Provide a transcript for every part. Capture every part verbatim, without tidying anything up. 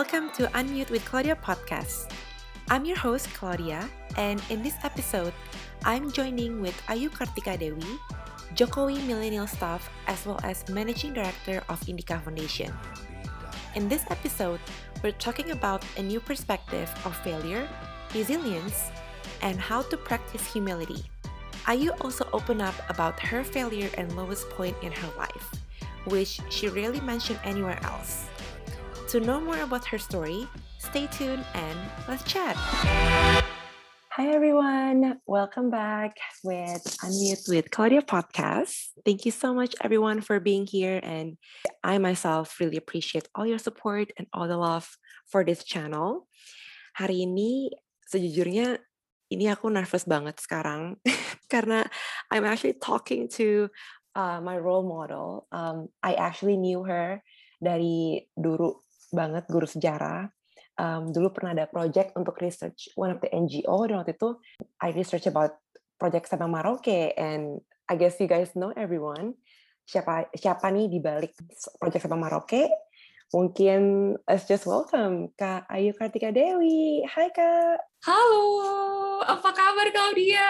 welcome to Unmute with Claudia podcast. I'm your host Claudia, and in this episode, I'm joining with Ayu Kartika Dewi, Jokowi Millennial Staff, as well as Managing Director of Indika Foundation. In this episode, we're talking about a new perspective of failure, resilience, and how to practice humility. Ayu also opened up about her failure and lowest point in her life, which she rarely mentioned anywhere else. To know more about her story, stay tuned and let's chat. Hi everyone, welcome back with Unmute with Claudia podcast. Thank you so much everyone for being here, and I myself really appreciate all your support and all the love for this channel. Hari ini sejujurnya ini aku nervous banget sekarang karena I'm actually talking to uh, my role model. Um, I actually knew her dari dulu banget, guru sejarah. Um, dulu pernah ada project untuk research one of the N G O, dan waktu itu I research about project Sabang Merauke, and I guess you guys know everyone. Siapa siapa nih di balik project Sabang Merauke? Mungkin let's just welcome Kak Ayu Kartika Dewi. Hai Kak. Halo, apa kabar Claudia?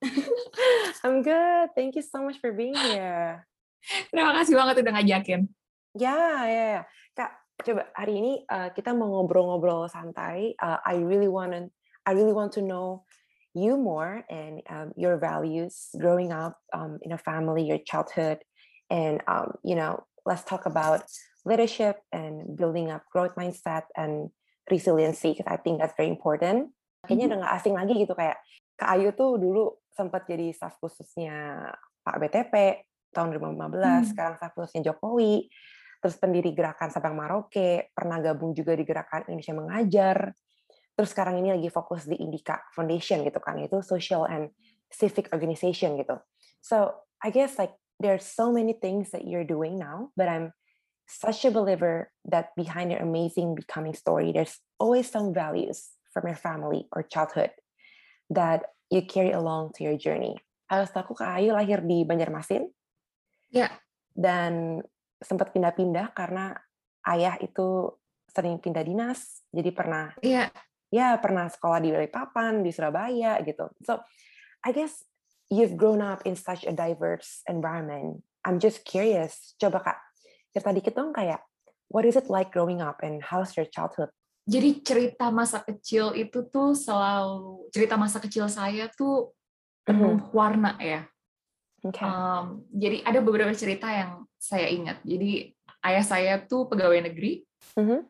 I'm good. Thank you so much for being here. Terima kasih banget udah ngajakin. Ya, ya, ya. Kak, coba hari ini uh, kita mau ngobrol-ngobrol santai. Uh, I really want to, I really want to know you more and um, your values growing up um, in a family, your childhood, and um, you know, let's talk about leadership and building up growth mindset and resiliency, because I think that's very important. Kayaknya udah nggak asing lagi gitu, kayak Kak Ayu tuh dulu sempat jadi staf khususnya Pak B T P tahun dua ribu lima belas, hmm. sekarang staf khususnya Jokowi. Terus pendiri gerakan Sabang Merauke, pernah gabung juga di gerakan Indonesia Mengajar. Terus sekarang ini lagi fokus di Indika Foundation gitu kan, itu social and civic organization gitu. So I guess like there's so many things that you're doing now, but I'm such a believer that behind your amazing becoming story, there's always some values from your family or childhood that you carry along to your journey. Aku Kak Ayu lahir di Banjarmasin. Ya. Yeah. Dan sempat pindah-pindah karena ayah itu sering pindah dinas, jadi pernah yeah. ya pernah sekolah di Balikpapan, di Surabaya gitu. So I guess you've grown up in such a diverse environment. I'm just curious, coba Kak cerita dikit dong, kayak what is it like growing up and how's your childhood? Jadi cerita masa kecil itu tuh selalu cerita masa kecil saya tuh penuh mm-hmm. warna ya. Okay. Um, jadi ada beberapa cerita yang saya ingat. Jadi ayah saya tuh pegawai negeri, mm-hmm.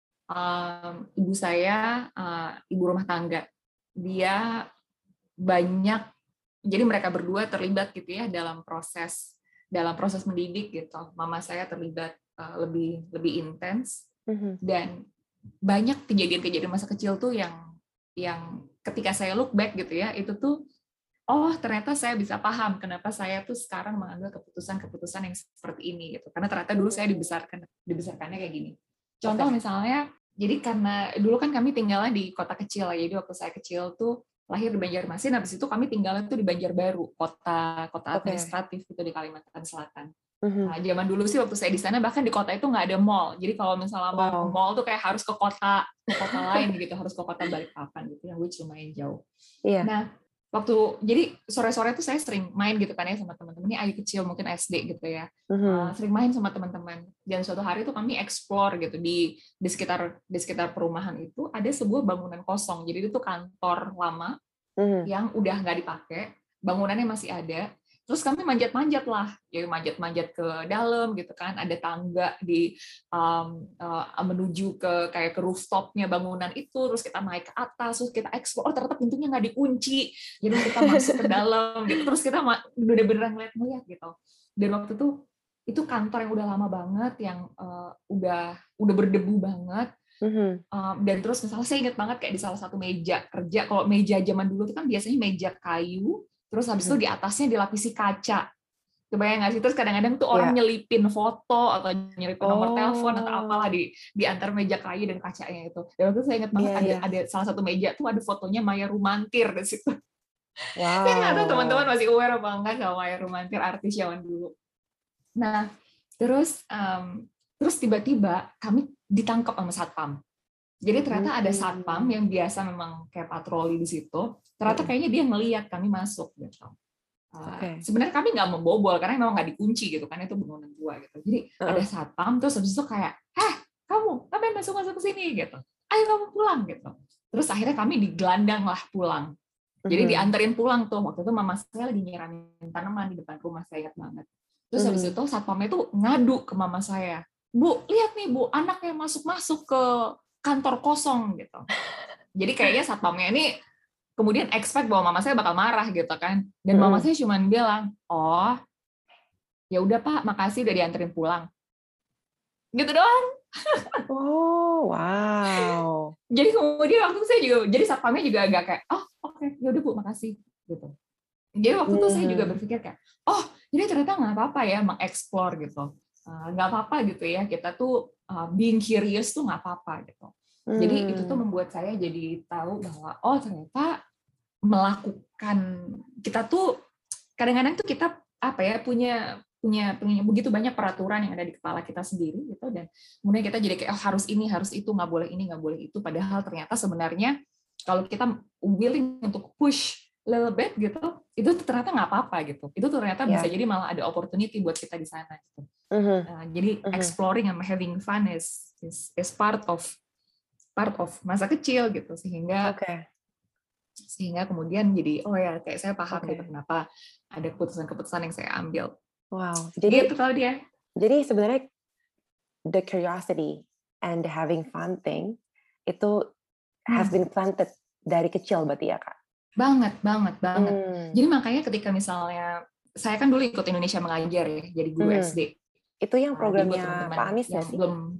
um, ibu saya uh, ibu rumah tangga. Dia banyak, jadi mereka berdua terlibat gitu ya dalam proses dalam proses mendidik gitu. Mama saya terlibat uh, lebih lebih intens, mm-hmm. dan banyak kejadian-kejadian masa kecil tuh yang yang ketika saya look back gitu ya, itu tuh oh ternyata saya bisa paham kenapa saya tuh sekarang mengambil keputusan-keputusan yang seperti ini gitu. Karena ternyata dulu saya dibesarkan dibesarkannya kayak gini. Contoh okay. misalnya, jadi karena dulu kan kami tinggalnya di kota kecil, jadi waktu saya kecil tuh lahir di Banjarmasin, habis itu kami tinggalnya tuh di Banjarbaru, kota kota administratif okay. itu di Kalimantan Selatan. Mm-hmm. Nah, zaman dulu sih waktu saya di sana bahkan di kota itu nggak ada mall. Jadi kalau misalnya mau wow. ke mall tuh kayak harus ke kota ke kota lain gitu, harus ke kota Balikpapan gitu, yang which lumayan jauh. Yeah. Nah, waktu jadi sore-sore tuh saya sering main gitu kan ya sama teman-teman, ini Ayu kecil mungkin S D gitu ya, mm-hmm. uh, sering main sama teman-teman. Dan suatu hari tuh kami explore gitu di di sekitar di sekitar perumahan itu ada sebuah bangunan kosong. Jadi itu tuh kantor lama mm-hmm. yang udah nggak dipakai, bangunannya masih ada. Terus kami manjat-manjat lah, ya manjat-manjat ke dalam gitu kan, ada tangga di um, uh, menuju ke kayak ke rooftopnya bangunan itu, terus kita naik ke atas, terus kita explore, oh ternyata pintunya nggak dikunci, jadi kita masuk ke dalam gitu, terus kita udah beneran ngeliat-ngeliat gitu. Dan waktu itu itu kantor yang udah lama banget, yang uh, udah udah berdebu banget. Mm-hmm. Um, dan terus misalnya saya ingat banget kayak di salah satu meja kerja, kalau meja zaman dulu itu kan biasanya meja kayu, terus habis itu di atasnya dilapisi kaca. Kebayang nggak sih? Terus kadang-kadang tuh orang yeah. nyelipin foto atau nyelipin oh. nomor telepon atau apalah di di antar meja kayu dan kacanya itu. Dan waktu itu saya ingat banget yeah, ada yeah. ada salah satu meja tuh ada fotonya Maya Rumantir di situ. Wow. Saya nggak tahu teman-teman masih aware apa enggak sama Maya Rumantir, artis zaman dulu. Nah, terus um, terus tiba-tiba kami ditangkap sama satpam. Jadi ternyata ada satpam yang biasa memang kayak patroli di situ. Ternyata kayaknya dia ngelihat kami masuk gitu. Uh, okay. Sebenarnya kami nggak membobol karena memang nggak dikunci gitu kan, itu bangunan tua gitu. Jadi uh-uh. ada satpam terus habis itu kayak, "Heh, kamu ngapain masuk-masuk ke sini?" gitu. "Ayo kamu pulang." gitu. Terus akhirnya kami digelandang lah pulang. Jadi uh-huh. dianterin pulang tuh. Waktu itu mama saya lagi nyiramin tanaman di depan rumah, saya ingat banget. Terus uh-huh. habis itu satpamnya tuh ngadu ke mama saya. "Bu, lihat nih Bu, anaknya masuk-masuk ke kantor kosong." gitu. Jadi kayaknya satpamnya ini kemudian expect bahwa mama saya bakal marah gitu kan. Dan mama saya cuma bilang, "Oh, ya udah Pak, makasih udah dianterin pulang." Gitu doang. Oh, wow. Jadi kemudian waktu itu saya juga, jadi satpamnya juga agak kayak, "Oh, oke, okay, ya udah Bu, makasih." gitu. Jadi waktu itu saya juga berpikir kayak, "Oh, jadi ternyata nggak apa-apa ya mengeksplor gitu. Nggak apa-apa gitu ya, kita tuh uh, being curious tuh nggak apa-apa gitu." Hmm. Jadi itu tuh membuat saya jadi tahu bahwa oh ternyata melakukan, kita tuh kadang-kadang tuh kita apa ya punya punya punya begitu banyak peraturan yang ada di kepala kita sendiri gitu, dan kemudian kita jadi kayak oh, harus ini harus itu, nggak boleh ini nggak boleh itu, padahal ternyata sebenarnya kalau kita willing untuk push little bit gitu, itu ternyata nggak apa-apa gitu. Itu ternyata yeah. bisa jadi malah ada opportunity buat kita di sana gitu. Uh-huh. Nah, jadi uh-huh. exploring and having fun is is, is part of part of masa kecil gitu, sehingga okay. sehingga kemudian jadi oh ya kayak saya paham okay. gitu kenapa ada keputusan-keputusan yang saya ambil. Wow. Jadi gitu kalau dia. Jadi sebenarnya the curiosity and the having fun thing itu hmm. has been planted dari kecil berarti ya Kak? Banget, banget, banget. Hmm. Jadi makanya ketika misalnya saya kan dulu ikut Indonesia Mengajar ya, jadi guru hmm. S D. Itu yang programnya uh, Pak Anies nggak sih? Belum.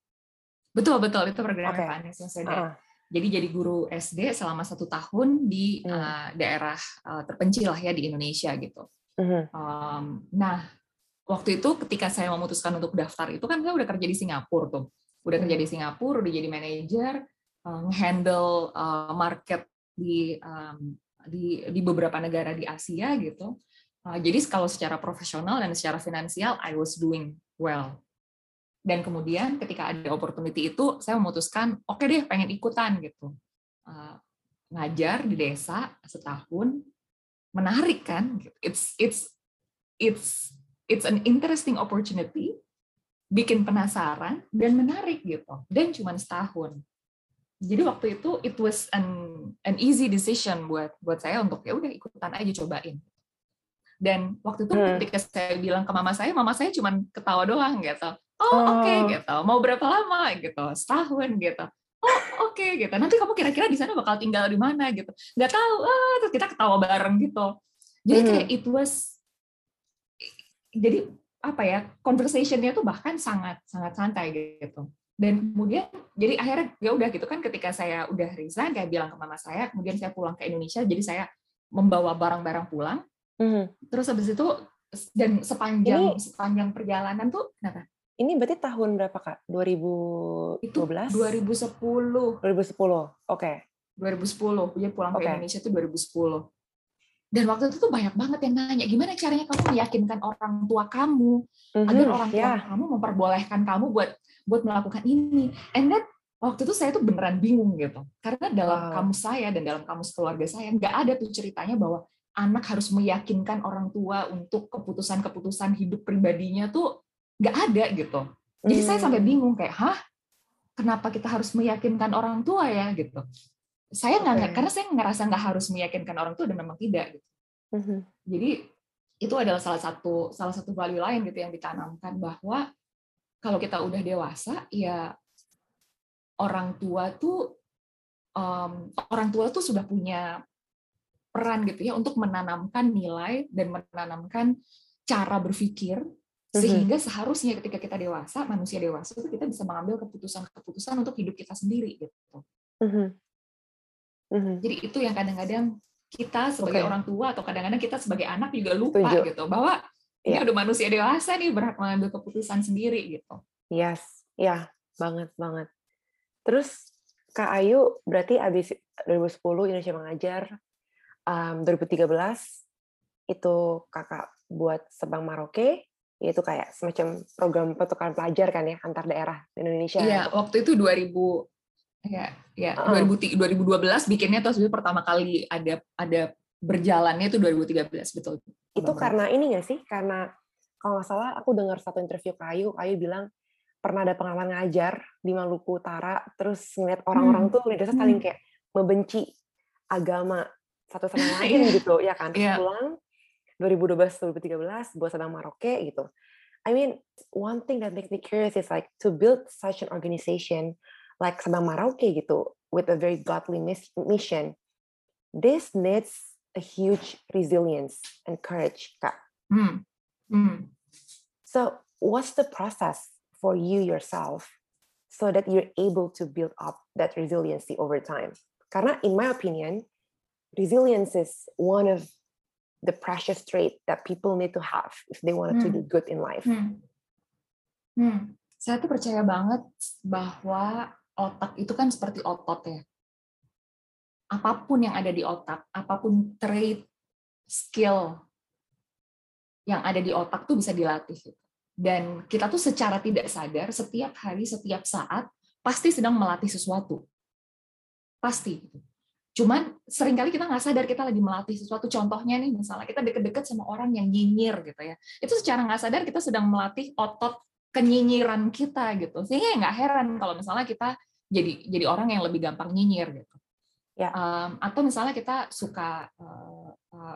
Betul, betul. Itu programnya okay. Pak Anies yang saya uh-huh. Jadi jadi guru S D selama satu tahun di hmm. uh, daerah uh, terpencil lah ya di Indonesia gitu. Uh-huh. Um, nah, waktu itu ketika saya memutuskan untuk daftar itu kan saya udah kerja di Singapura tuh. Udah kerja di Singapura, udah jadi manajer, uh, handle uh, market di, um, di di beberapa negara di Asia gitu. Uh, jadi kalau secara profesional dan secara finansial, I was doing well. Dan kemudian ketika ada opportunity itu, saya memutuskan, oke okay deh, pengen ikutan gitu. Uh, ngajar di desa setahun, menarik kan? It's it's it's it's an interesting opportunity, bikin penasaran dan menarik gitu. Dan cuma setahun. Jadi waktu itu it was an an easy decision buat buat saya untuk ya udah ikutan aja, cobain. Dan waktu itu hmm. ketika saya bilang ke mama saya, mama saya cuma ketawa doang gitu. Oh oke okay, gitu, mau berapa lama gitu, setahun gitu. Oh oke okay, gitu, nanti kamu kira-kira di sana bakal tinggal di mana gitu. Nggak tahu, ah, terus kita ketawa bareng gitu. Jadi kayak it was, jadi apa ya, conversation-nya tuh bahkan sangat sangat santai gitu. Dan kemudian jadi akhirnya ya udah gitu kan, ketika saya udah resign, kayak bilang ke mama saya, kemudian saya pulang ke Indonesia, jadi saya membawa barang-barang pulang. Mm-hmm. Terus habis itu dan sepanjang ini, sepanjang perjalanan tuh kenapa? Ini berarti tahun berapa Kak? dua ribu dua belas? Itu dua ribu sepuluh. dua ribu sepuluh. Oke. Okay. dua ribu sepuluh. Jadi pulang okay. ke Indonesia itu dua ribu sepuluh. Dan waktu itu tuh banyak banget yang nanya, gimana caranya kamu meyakinkan orang tua kamu mm-hmm. agar orang tua yeah. kamu memperbolehkan kamu buat buat melakukan ini. And then waktu itu saya tuh beneran bingung gitu. Karena dalam wow. kamus saya dan dalam kamus keluarga saya nggak ada tuh ceritanya bahwa anak harus meyakinkan orang tua untuk keputusan-keputusan hidup pribadinya tuh nggak ada gitu. Jadi hmm. saya sampai bingung kayak, hah? Kenapa kita harus meyakinkan orang tua ya gitu? Saya nggak, okay. karena saya ngerasa nggak harus meyakinkan orang tua dan memang tidak. Gitu. Mm-hmm. Jadi itu adalah salah satu salah satu value lain gitu yang ditanamkan, bahwa kalau kita udah dewasa ya orang tua tuh um, orang tua tuh sudah punya peran gitu ya untuk menanamkan nilai dan menanamkan cara berpikir. Sehingga seharusnya ketika kita dewasa, manusia dewasa itu kita bisa mengambil keputusan-keputusan untuk hidup kita sendiri gitu. Mm-hmm. Mm-hmm. Jadi itu yang kadang-kadang kita sebagai okay. orang tua atau kadang-kadang kita sebagai anak juga lupa Tujuh. gitu, bahwa yeah. ini udah manusia dewasa nih, berhak mengambil keputusan sendiri gitu. Yes, ya yeah. banget banget. Terus Kak Ayu berarti abis dua ribu sepuluh Indonesia Mengajar, um, dua ribu tiga belas itu kakak buat Sabang Merauke. Itu kayak semacam program pertukaran pelajar kan ya antar daerah di Indonesia. Iya, waktu itu dua ribu Ya, ya. Uh-uh. dua ribu dua belas bikinnya tuh sebenarnya pertama kali ada ada berjalannya itu dua ribu tiga belas, betul. Itu karena ini nggak sih? Karena kalau nggak salah aku dengar satu interview Kayu, Kayu bilang pernah ada pengalaman ngajar di Maluku Utara, terus ngeliat orang-orang hmm. tuh di desa saling kayak membenci agama satu sama lain gitu, ya kan? Terus yeah. pulang dua ribu dua belas dua ribu tiga belas buat Sabang Merauke gitu. I mean, one thing that makes me curious is like to build such an organization like Sabang Merauke gitu with a very godly mission. This needs a huge resilience and courage, Kak. Hmm. Hmm. So, what's the process for you yourself so that you're able to build up that resiliency over time? Karena in my opinion, resilience is one of the precious trait that people need to have if they want hmm. to do good in life. Hmm. Hmm. Saya tuh percaya banget bahwa otak itu kan seperti otot ya. Apapun yang ada di otak, apapun trait, skill yang ada di otak tuh bisa dilatih. Dan kita tuh secara tidak sadar setiap hari, setiap saat pasti sedang melatih sesuatu. Pasti. Cuman seringkali kita nggak sadar kita lagi melatih sesuatu. Contohnya nih, misalnya kita deket-deket sama orang yang nyinyir gitu ya. Itu secara nggak sadar kita sedang melatih otot kenyinyiran kita gitu. Sehingga nggak heran kalau misalnya kita jadi jadi orang yang lebih gampang nyinyir gitu. Ya. Um, atau misalnya kita suka uh, uh,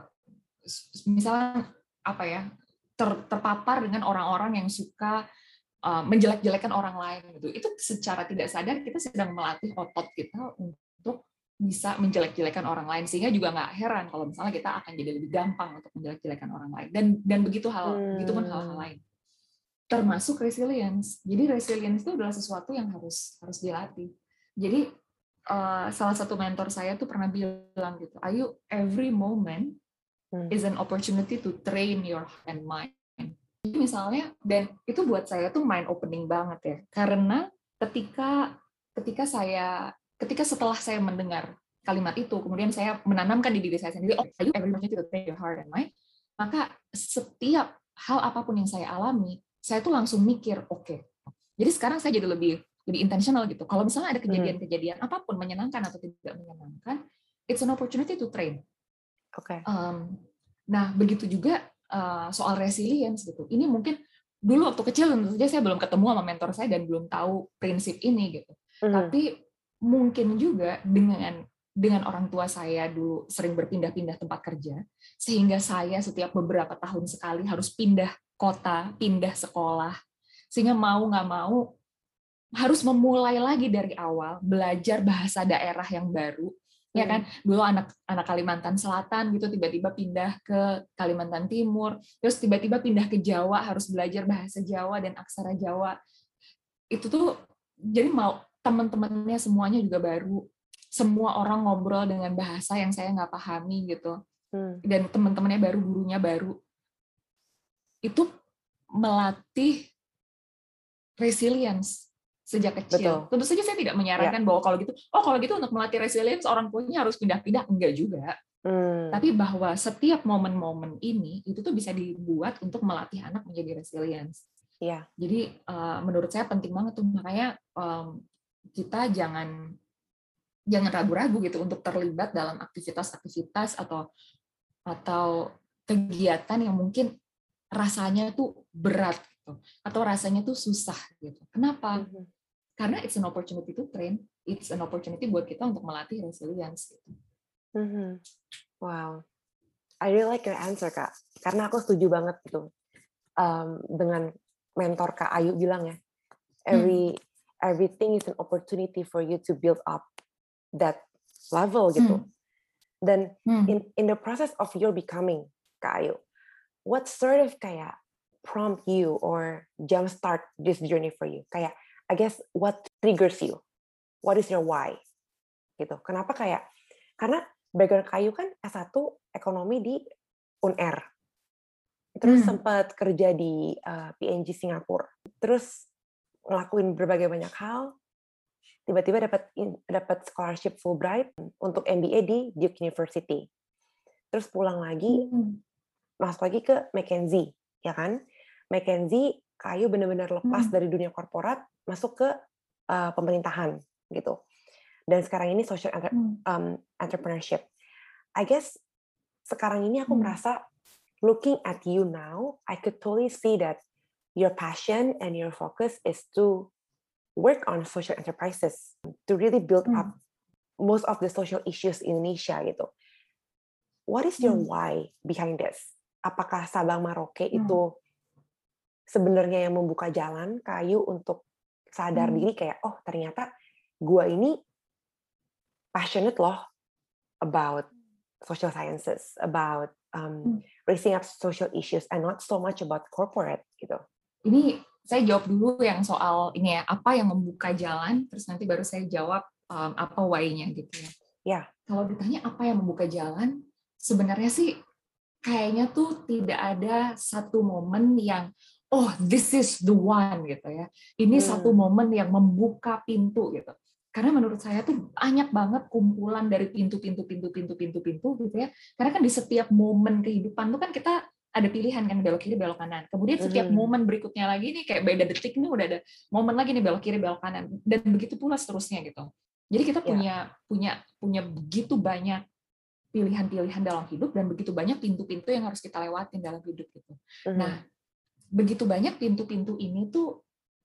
misalnya apa ya? Ter, terpapar dengan orang-orang yang suka uh, menjelek-jelekan orang lain gitu. Itu secara tidak sadar kita sedang melatih otot kita untuk bisa menjelek-jelekan orang lain, sehingga juga nggak heran kalau misalnya kita akan jadi lebih gampang untuk menjelek-jelekan orang lain, dan dan begitu hal hmm. begitu pun hal-hal lain, termasuk resilience. Jadi resilience itu adalah sesuatu yang harus harus dilatih. Jadi uh, salah satu mentor saya tuh pernah bilang gitu, Ayu, every moment is an opportunity to train your heart and mind. Jadi misalnya, dan itu buat saya tuh mind opening banget ya, karena ketika ketika saya ketika setelah saya mendengar kalimat itu, kemudian saya menanamkan di diri saya sendiri, oh, Ayu, every opportunity to train your heart and mind, maka setiap hal apapun yang saya alami, saya tuh langsung mikir, oke, okay. Jadi sekarang saya jadi lebih lebih intentional gitu. Kalau misalnya ada kejadian-kejadian apapun menyenangkan atau tidak menyenangkan, it's an opportunity to train. Oke. Okay. Um, nah, begitu juga uh, soal resilience gitu. Ini mungkin dulu waktu kecil tentu saja saya belum ketemu sama mentor saya dan belum tahu prinsip ini gitu. Mm. Tapi mungkin juga dengan dengan orang tua saya dulu sering berpindah-pindah tempat kerja, sehingga saya setiap beberapa tahun sekali harus pindah kota, pindah sekolah, sehingga mau nggak mau harus memulai lagi dari awal, belajar bahasa daerah yang baru. Ya kan, dulu anak anak Kalimantan Selatan gitu tiba-tiba pindah ke Kalimantan Timur, terus tiba-tiba pindah ke Jawa harus belajar bahasa Jawa dan aksara Jawa. Itu tuh jadi mau teman-temannya semuanya juga baru, semua orang ngobrol dengan bahasa yang saya nggak pahami gitu, dan teman-temannya baru, gurunya baru. Itu melatih resilience sejak kecil. Betul. Tentu saja saya tidak menyarankan ya. bahwa kalau gitu, oh kalau gitu untuk melatih resilience orang tuanya harus pindah-pindah, enggak juga. Hmm. Tapi bahwa setiap momen-momen ini itu tuh bisa dibuat untuk melatih anak menjadi resilience. Ya. Jadi uh, menurut saya penting banget tuh, makanya um, kita jangan jangan ragu-ragu gitu untuk terlibat dalam aktivitas-aktivitas atau atau kegiatan yang mungkin rasanya tuh berat gitu, atau rasanya tuh susah gitu. Kenapa? Mm-hmm. Karena it's an opportunity to train, it's an opportunity buat kita untuk melatih resilience. Gitu. Mm-hmm. Wow, I really like your answer, Kak. Karena aku setuju banget gitu um, dengan mentor Kak Ayu bilang ya, every hmm. everything is an opportunity for you to build up that level gitu. Hmm. Dan hmm. in in the process of your becoming, Kak Ayu, what sort of kayak prompt you or jumpstart this journey for you? Kayak I guess what triggers you? What is your why? Gitu. Kenapa kayak? Karena background Kayu kan S satu ekonomi di U N R. Terus hmm. sempat kerja di uh, P N G Singapura. Terus ngelakuin berbagai banyak hal. Tiba-tiba dapat dapat scholarship Fulbright untuk M B A di Duke University. Terus pulang lagi, hmm. masuk lagi ke McKinsey, ya kan? McKinsey, Kayu benar-benar lepas hmm. dari dunia korporat, masuk ke uh, pemerintahan gitu. dan sekarang ini social entre- Hmm. um, entrepreneurship. I guess sekarang ini aku Hmm. merasa looking at you now, I could totally see that your passion and your focus is to work on social enterprises, to really build Hmm. up most of the social issues in Indonesia gitu. What is your Hmm. why behind this? Apakah Sabang Maroke Hmm. itu sebenarnya yang membuka jalan ke Ayu untuk sadar Hmm. diri kayak, oh ternyata gua ini passionate loh about social sciences, about um, Hmm. raising up social issues, and not so much about corporate gitu. Ini saya jawab dulu yang soal ini ya, apa yang membuka jalan, terus nanti baru saya jawab um, apa why-nya gitu ya. Ya. Kalau ditanya apa yang membuka jalan, sebenarnya sih kayaknya tuh tidak ada satu momen yang oh this is the one gitu ya. Ini Hmm. satu momen yang membuka pintu gitu. Karena menurut saya tuh banyak banget kumpulan dari pintu-pintu pintu-pintu pintu-pintu gitu ya. Karena kan di setiap momen kehidupan tuh kan kita ada pilihan kan, belok kiri belok kanan. Kemudian setiap Mhm. momen berikutnya lagi nih kayak beda detik nih udah ada momen lagi nih belok kiri belok kanan, dan begitu pula seterusnya gitu. Jadi kita Ya. punya punya punya begitu banyak pilihan-pilihan dalam hidup dan begitu banyak pintu-pintu yang harus kita lewatin dalam hidup gitu. Mhm. Nah, begitu banyak pintu-pintu ini tuh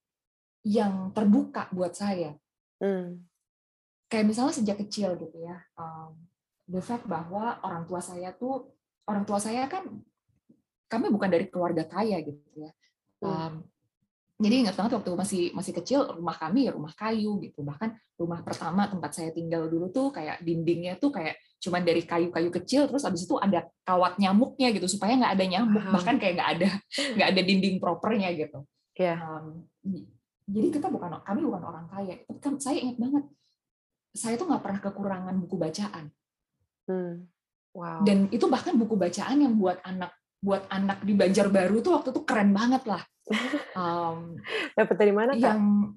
yang terbuka buat saya. Hmm. Kayak misalnya sejak kecil gitu ya, um, the fact bahwa orang tua saya tuh, orang tua saya kan, kami bukan dari keluarga kaya gitu ya. Um, jadi ingat banget waktu masih masih kecil, rumah kami ya rumah kayu gitu. Bahkan rumah pertama tempat saya tinggal dulu tuh kayak dindingnya tuh kayak cuman dari kayu-kayu kecil, terus abis itu ada kawat nyamuknya gitu supaya nggak ada nyamuk. Wow. Bahkan kayak nggak ada nggak ada dinding propernya gitu. Ya. Um, jadi kita bukan kami bukan orang kaya. Tapi kan saya ingat banget, saya tuh nggak pernah kekurangan buku bacaan. Hmm. Wow. Dan itu bahkan buku bacaan yang buat anak buat anak di Banjarbaru tuh waktu itu keren banget lah. Um, Dapat dari mana, Kak? Yang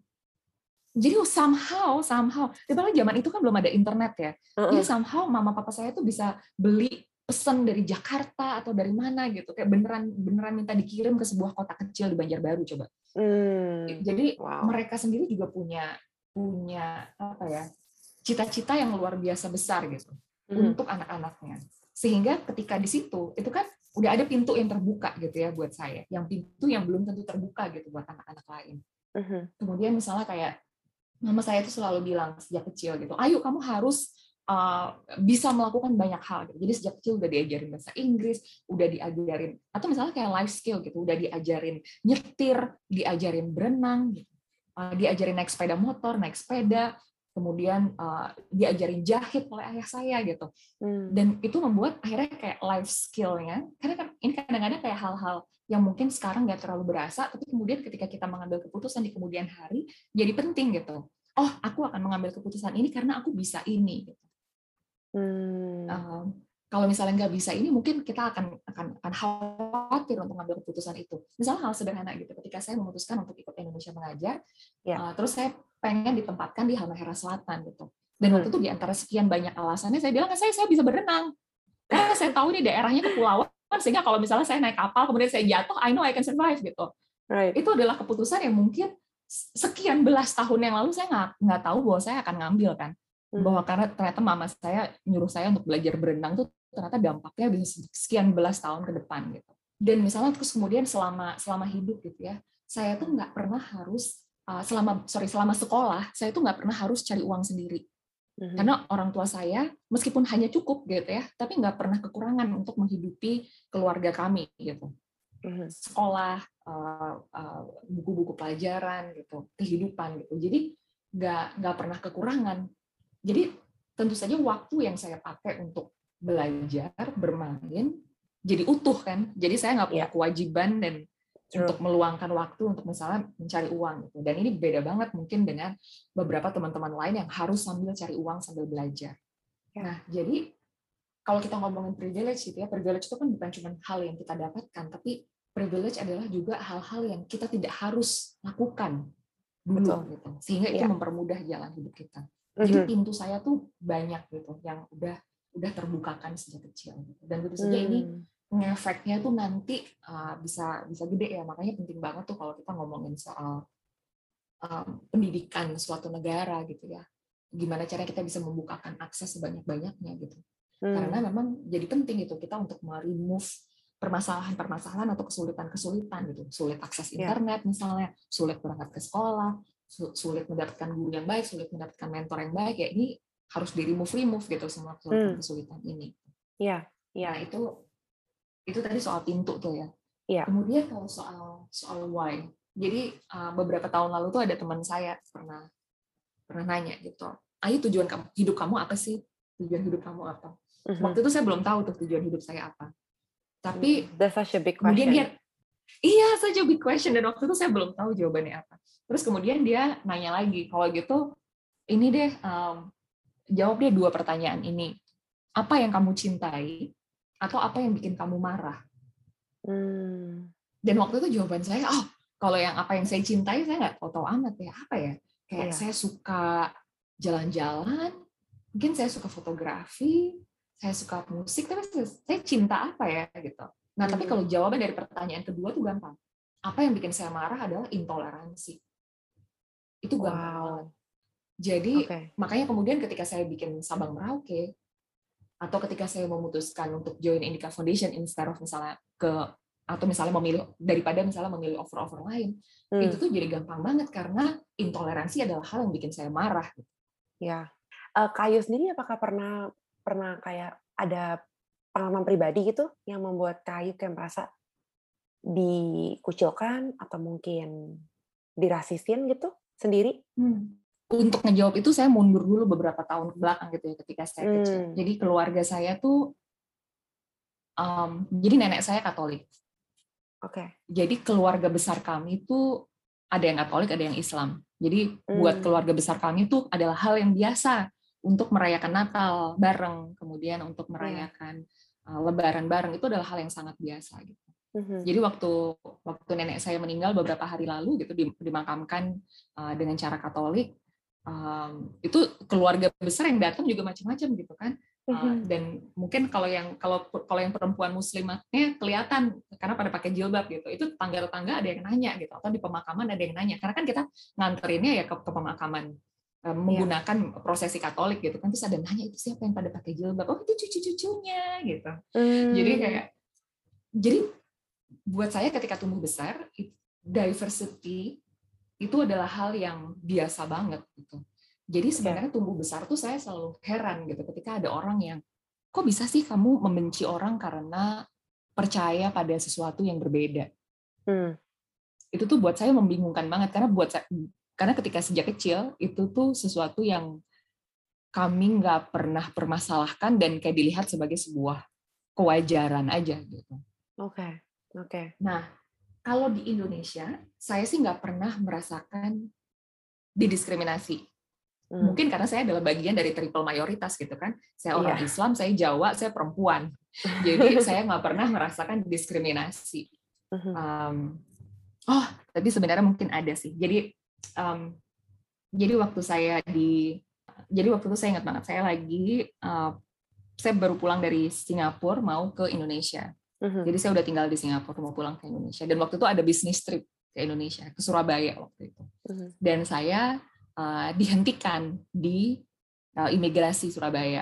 jadi somehow somehow, padahal zaman itu kan belum ada internet ya. Uh-uh. Jadi somehow mama papa saya tuh bisa beli pesan dari Jakarta atau dari mana gitu, kayak beneran beneran minta dikirim ke sebuah kota kecil di Banjarbaru coba. Hmm. Jadi Wow. mereka sendiri juga punya punya apa ya, cita-cita yang luar biasa besar gitu Mhm. untuk anak-anaknya. Sehingga ketika di situ itu kan udah ada pintu yang terbuka gitu ya buat saya, yang pintu yang belum tentu terbuka gitu buat anak-anak lain. Mhm. Kemudian misalnya kayak mama saya itu selalu bilang sejak kecil gitu, ayo kamu harus uh, bisa melakukan banyak hal gitu. Jadi sejak kecil udah diajarin bahasa Inggris, udah diajarin, atau misalnya kayak life skill gitu, udah diajarin nyetir, diajarin berenang, gitu. uh, diajarin naik sepeda motor, naik sepeda, kemudian uh, diajarin jahit oleh ayah saya gitu. Hmm. Dan itu membuat akhirnya kayak life skill-nya, karena kan ini kadang-kadang kayak hal-hal yang mungkin sekarang nggak terlalu berasa, tapi kemudian ketika kita mengambil keputusan di kemudian hari, jadi penting gitu. Oh, aku akan mengambil keputusan ini karena aku bisa ini. Gitu. Hmm. Um, kalau misalnya nggak bisa ini, mungkin kita akan akan akan khawatir untuk mengambil keputusan itu. Misalnya hal sederhana gitu, ketika saya memutuskan untuk ikut Indonesia Mengajar, Ya. uh, terus saya pengen ditempatkan di Halmahera Selatan gitu. Dan Mhm. waktu itu di antara sekian banyak alasannya, saya bilang saya saya bisa berenang. Karena saya tahu ini daerahnya kepulauan, sehingga kalau misalnya saya naik kapal, kemudian saya jatuh, I know I can survive gitu. Right. Itu adalah keputusan yang mungkin sekian belas tahun yang lalu saya nggak nggak tahu bahwa saya akan ngambil kan. Mhm. Bahwa karena ternyata mama saya nyuruh saya untuk belajar berenang tuh ternyata dampaknya bisa sekian belas tahun ke depan gitu. Dan misalnya terus kemudian selama selama hidup gitu ya, saya tuh nggak pernah harus uh, selama sorry selama sekolah saya tuh nggak pernah harus cari uang sendiri. Mhm. Karena orang tua saya meskipun hanya cukup gitu ya, tapi nggak pernah kekurangan untuk menghidupi keluarga kami gitu. Mhm. Sekolah, uh, uh, buku-buku pelajaran gitu, kehidupan gitu. Jadi nggak nggak pernah kekurangan. Jadi tentu saja waktu yang saya pakai untuk belajar, bermain, jadi utuh kan. Jadi saya nggak punya Yeah. kewajiban dan True. untuk meluangkan waktu untuk misalnya mencari uang gitu. Dan ini beda banget mungkin dengan beberapa teman-teman lain yang harus sambil cari uang sambil belajar. Yeah. Nah, jadi kalau kita ngomongin privilege gitu ya, privilege itu kan bukan cuma hal yang kita dapatkan, tapi privilege adalah juga hal-hal yang kita tidak harus lakukan dulu Betul. gitu. Sehingga itu Yeah. mempermudah jalan hidup kita. Jadi Mhm. pintu saya tuh banyak gitu yang udah udah terbukakan sejak kecil gitu. Dan tentu saja Hmm. ini ngefeknya tuh nanti uh, bisa bisa gede ya. Makanya penting banget tuh kalau kita ngomongin soal um, pendidikan suatu negara gitu ya. gimana cara kita bisa membukakan akses sebanyak-banyaknya gitu. Hmm. Karena memang jadi penting itu kita untuk remove permasalahan-permasalahan atau kesulitan-kesulitan gitu. Sulit akses internet yeah. misalnya, sulit berangkat ke sekolah, sulit mendapatkan guru yang baik, sulit mendapatkan mentor yang baik, ya ini harus di remove-remove gitu semua kesulitan-kesulitan hmm. ini. Iya, yeah. yeah. Nah, itu itu tadi soal pintu tuh ya. Yeah. Kemudian kalau soal soal why. Jadi uh, beberapa tahun lalu tuh ada teman saya pernah pernah nanya gitu. Ayo, tujuan kamu, hidup kamu apa sih? Tujuan hidup kamu apa? Mm-hmm. Waktu itu saya belum tahu tuh tujuan hidup saya apa. Tapi that's such a big kemudian question. dia, iya, such a big question, dan waktu itu saya belum tahu jawabannya apa. Terus kemudian dia nanya lagi, kalau gitu, ini deh, um, jawab deh dua pertanyaan ini. Apa yang kamu cintai, atau apa yang bikin kamu marah? Hmm. Dan waktu itu jawaban saya, oh, kalau yang apa yang saya cintai, saya nggak tahu-tahu amat ya. Apa ya? Kayak yeah. saya suka jalan-jalan, mungkin saya suka fotografi, saya suka musik, tapi saya cinta apa ya gitu. Nah, hmm. tapi kalau jawaban dari pertanyaan kedua tuh gampang. Apa yang bikin saya marah adalah intoleransi. Itu gampang wow. banget. Jadi okay. makanya kemudian ketika saya bikin Sabang Merauke, atau ketika saya memutuskan untuk join Indica Foundation instead of misalnya ke atau misalnya memilih daripada misalnya memilih offer-offer lain, hmm. itu tuh jadi gampang banget karena intoleransi adalah hal yang bikin saya marah. Ya, uh, Kak Ayu sendiri apakah pernah pernah kayak ada pengalaman pribadi gitu yang membuat Kak Ayu kayak merasa dikucilkan atau mungkin dirasisin gitu sendiri? Hmm. Untuk ngejawab itu saya mundur dulu beberapa tahun ke belakang gitu ya ketika saya hmm. kecil. Jadi keluarga saya tuh, um, jadi nenek saya Katolik. Oke. Okay. Jadi keluarga besar kami itu ada yang Katolik, ada yang Islam. Jadi hmm. buat keluarga besar kami itu adalah hal yang biasa untuk merayakan Natal bareng, kemudian untuk merayakan yeah. Lebaran bareng, itu adalah hal yang sangat biasa gitu. Mm-hmm. Jadi waktu waktu nenek saya meninggal beberapa hari lalu gitu dimakamkan uh, dengan cara Katolik, um, itu keluarga besar yang datang juga macam-macam gitu kan. Uh, dan mungkin kalau yang kalau kalau yang perempuan muslimatnya kelihatan karena pada pakai jilbab gitu, itu tetangga-tetangga ada yang nanya gitu, atau di pemakaman ada yang nanya karena kan kita nganterinnya ya ke, ke pemakaman uh, menggunakan yeah. prosesi Katolik gitu kan, terus ada nanya itu siapa yang pada pakai jilbab, oh itu cucu-cucunya gitu. Mm. Jadi kayak jadi buat saya ketika tumbuh besar diversity itu adalah hal yang biasa banget gitu. Jadi sebenarnya tumbuh besar tuh saya selalu heran gitu ketika ada orang yang, kok bisa sih kamu membenci orang karena percaya pada sesuatu yang berbeda. Hmm. Itu tuh buat saya membingungkan banget karena buat saya, karena ketika sejak kecil itu tuh sesuatu yang kami nggak pernah permasalahkan dan kayak dilihat sebagai sebuah kewajaran aja gitu. Oke, okay. oke. Okay. Nah kalau di Indonesia saya sih nggak pernah merasakan didiskriminasi. Hmm. Mungkin karena saya adalah bagian dari triple mayoritas gitu kan. Saya orang yeah. Islam, saya Jawa, saya perempuan. Jadi saya nggak pernah merasakan diskriminasi. Um, oh, tapi sebenarnya mungkin ada sih. Jadi, um, jadi waktu saya di, jadi waktu itu saya ingat banget. Saya lagi, uh, saya baru pulang dari Singapura mau ke Indonesia. Uh-huh. Jadi saya udah tinggal di Singapura mau pulang ke Indonesia. Dan waktu itu ada business trip ke Indonesia, ke Surabaya waktu itu. Uh-huh. Dan saya Uh, dihentikan di uh, imigrasi Surabaya.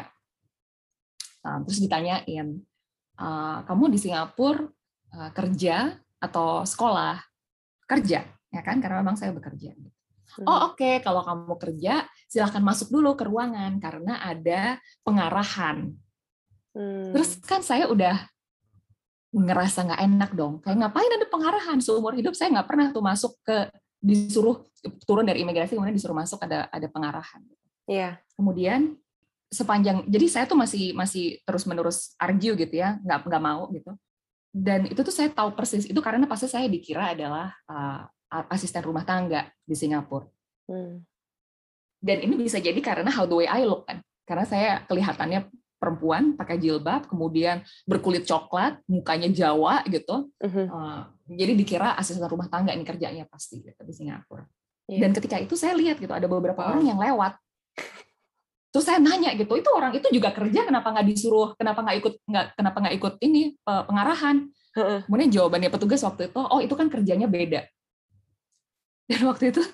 Uh, terus ditanyain, uh, kamu di Singapura uh, kerja atau sekolah? Kerja, ya kan? Karena memang saya bekerja. Hmm. Oh oke, okay. Kalau kamu kerja, silahkan masuk dulu ke ruangan karena ada pengarahan. Hmm. Terus kan saya udah ngerasa nggak enak dong. Kayak ngapain ada pengarahan? Seumur hidup saya nggak pernah tuh masuk ke disuruh turun dari imigrasi kemudian disuruh masuk ada ada pengarahan. Iya. Kemudian sepanjang jadi saya tuh masih masih terus menerus argue gitu ya, nggak nggak mau gitu. Dan itu tuh saya tahu persis itu karena pasti saya dikira adalah uh, asisten rumah tangga di Singapura. Hmm. Dan ini bisa jadi karena how the way I look kan, karena saya kelihatannya perempuan pakai jilbab, kemudian berkulit coklat, mukanya Jawa gitu. Uh-huh. Uh, jadi dikira asisten rumah tangga ini kerjanya pasti gitu, di Singapura. Yeah. Dan ketika itu saya lihat gitu ada beberapa wow. orang yang lewat. Terus saya nanya gitu, itu orang itu juga kerja kenapa nggak disuruh, kenapa nggak ikut nggak kenapa nggak ikut ini pengarahan? Uh-uh. Kemudian jawabannya petugas waktu itu, oh itu kan kerjanya beda. Dan waktu itu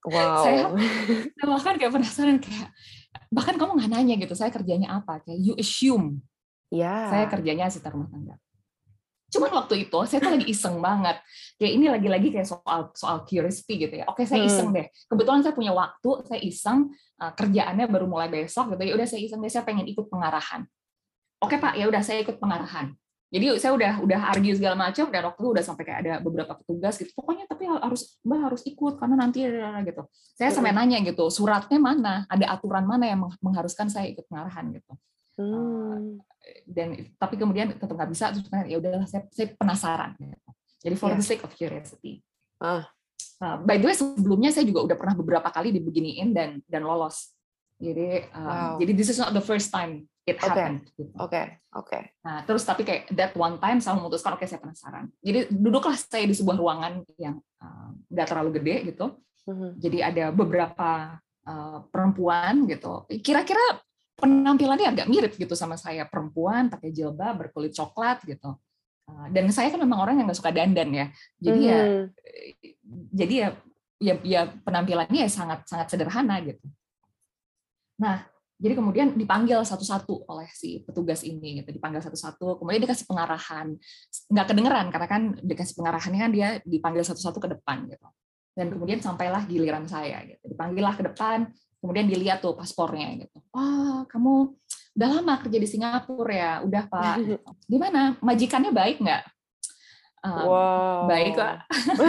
Wow. Saya bahkan kayak penasaran kayak, bahkan kamu nggak nanya gitu, saya kerjanya apa? Kayak you assume. Yeah. Saya kerjanya asisten rumah tangga. Cuman waktu itu saya tuh lagi iseng banget. Kayak ini lagi-lagi kayak soal soal curiosity gitu ya. Oke, saya iseng deh. Kebetulan saya punya waktu, saya iseng, uh, kerjaannya baru mulai besok gitu. Ya udah saya iseng deh, saya pengen ikut pengarahan. Oke Pak, ya udah saya ikut pengarahan. Jadi saya udah udah argue segala macam, dan waktu itu udah sampai kayak ada beberapa petugas gitu. Pokoknya tapi harus Mbak harus ikut karena nanti gitu. Saya sampai nanya gitu, suratnya mana? Ada aturan mana yang mengharuskan saya ikut pengarahan gitu. Hmm. Dan tapi kemudian tetap nggak bisa, terus ya udahlah saya, saya penasaran gitu. Jadi for yeah. the sake of curiosity. Uh. Uh, by the way sebelumnya saya juga udah pernah beberapa kali dibeginiin dan dan lolos. Jadi um, wow. jadi this is not the first time it okay. happened. Oke, gitu. oke, okay. oke. Okay. Nah terus tapi kayak that one time saya memutuskan oke okay, saya penasaran. Jadi duduklah saya di sebuah ruangan yang nggak uh, terlalu gede gitu. Uh-huh. Jadi ada beberapa uh, perempuan gitu. Kira-kira penampilannya agak mirip gitu sama saya, perempuan pakai jilbab berkulit coklat gitu. Dan saya kan memang orang yang nggak suka dandan ya, jadi mm. ya jadi ya ya, ya penampilannya ya sangat sangat sederhana gitu. Nah jadi kemudian dipanggil satu-satu oleh si petugas ini gitu, dipanggil satu-satu, kemudian dikasih pengarahan, nggak kedengeran karena kan dikasih pengarahannya kan dia dipanggil satu-satu ke depan gitu. Dan kemudian sampailah giliran saya gitu, dipanggillah ke depan. Kemudian dilihat tuh paspornya gitu. Oh, kamu udah lama kerja di Singapura ya? Udah Pak. Gitu. Gimana? Majikannya baik nggak? Um, wow. Baik Pak.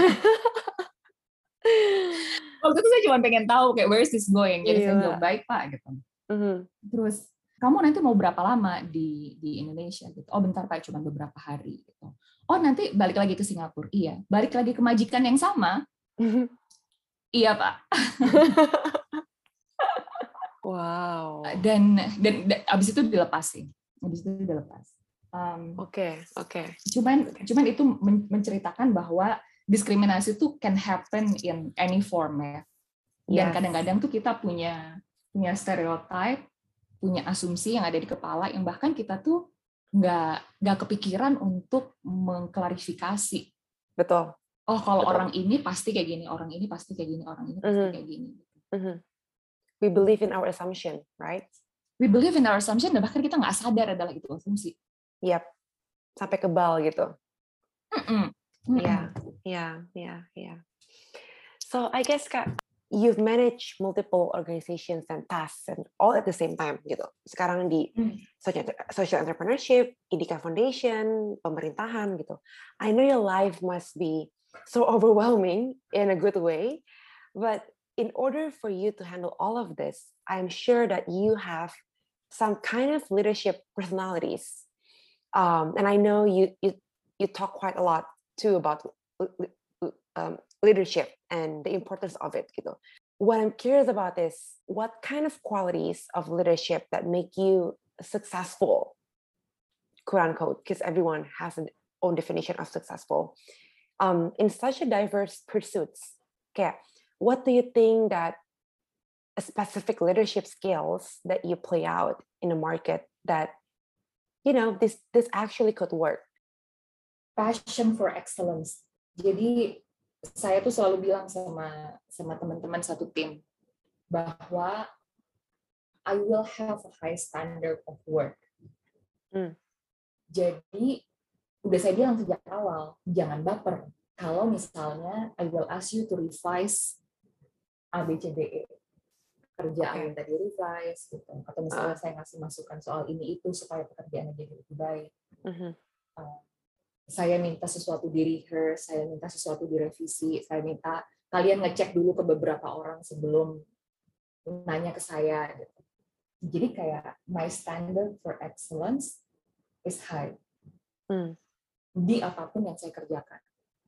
Waktu itu saya cuma pengen tahu kayak where is this going? Jadi yeah. saya jawab baik Pak gitu. Uh-huh. Terus kamu nanti mau berapa lama di di Indonesia gitu? Oh bentar Pak, cuma beberapa hari gitu. Oh nanti balik lagi ke Singapura? Iya. Balik lagi ke majikan yang sama? Uh-huh. Iya Pak. Wow. Dan, dan dan abis itu dilepasin, abis itu dilepas. Oke, um, oke. Okay, okay. Cuman, cuman itu menceritakan bahwa diskriminasi itu can happen in any form ya. Dan yes. kadang-kadang tuh kita punya punya stereotype, punya asumsi yang ada di kepala yang bahkan kita tuh nggak nggak kepikiran untuk mengklarifikasi. Betul. Oh kalau Betul. orang ini pasti kayak gini, orang ini pasti kayak gini, orang ini pasti mm-hmm. kayak gini. Mm-hmm. We believe in our assumption, right? We believe in our assumption, dan bahkan kita nggak sadar adalah itu asumsi. Yap, sampai kebal gitu. Iya, iya, iya, iya. So I guess Kak, you've managed multiple organizations and tasks and all at the same time gitu. Sekarang di mm. social entrepreneurship, Indika Foundation, pemerintahan gitu. I know your life must be so overwhelming in a good way, but in order for you to handle all of this, I'm sure that you have some kind of leadership personalities. Um, and I know you, you you talk quite a lot too about um, leadership and the importance of it. Gitu. What I'm curious about is what kind of qualities of leadership that make you successful, quote unquote, because everyone has an own definition of successful, um, in such a diverse pursuits. Okay. What do you think that a specific leadership skills that you play out in the market that, you know, this this actually could work? Passion for excellence. Jadi saya tuh selalu bilang sama sama teman-teman satu tim bahwa I will have a high standard of work. Hmm. Jadi udah saya bilang sejak awal, jangan baper. Kalau misalnya I will ask you to revise A, B, C, D, E. Kerjaan okay. tadi revise, gitu. Atau misalnya uh. saya ngasih masukan soal ini itu supaya pekerjaannya jadi lebih baik. Uh-huh. Uh, saya minta sesuatu di rehearse, saya minta sesuatu direvisi, saya minta kalian ngecek dulu ke beberapa orang sebelum nanya ke saya. Gitu. Jadi kayak my standard for excellence is high. Uh. Di apapun yang saya kerjakan.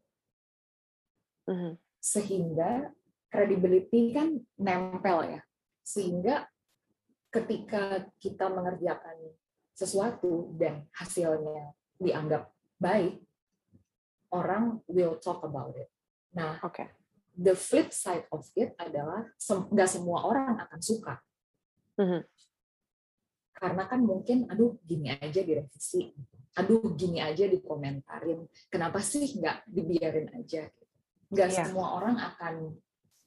Uh-huh. Sehingga credibility kan nempel ya, sehingga ketika kita mengerjakan sesuatu dan hasilnya dianggap baik, orang will talk about it. Nah, okay. the flip side of it adalah nggak semua orang akan suka, mm-hmm. karena kan mungkin, aduh gini aja direvisi, aduh gini aja dikomentarin, kenapa sih nggak dibiarin aja? Nggak yeah. semua orang akan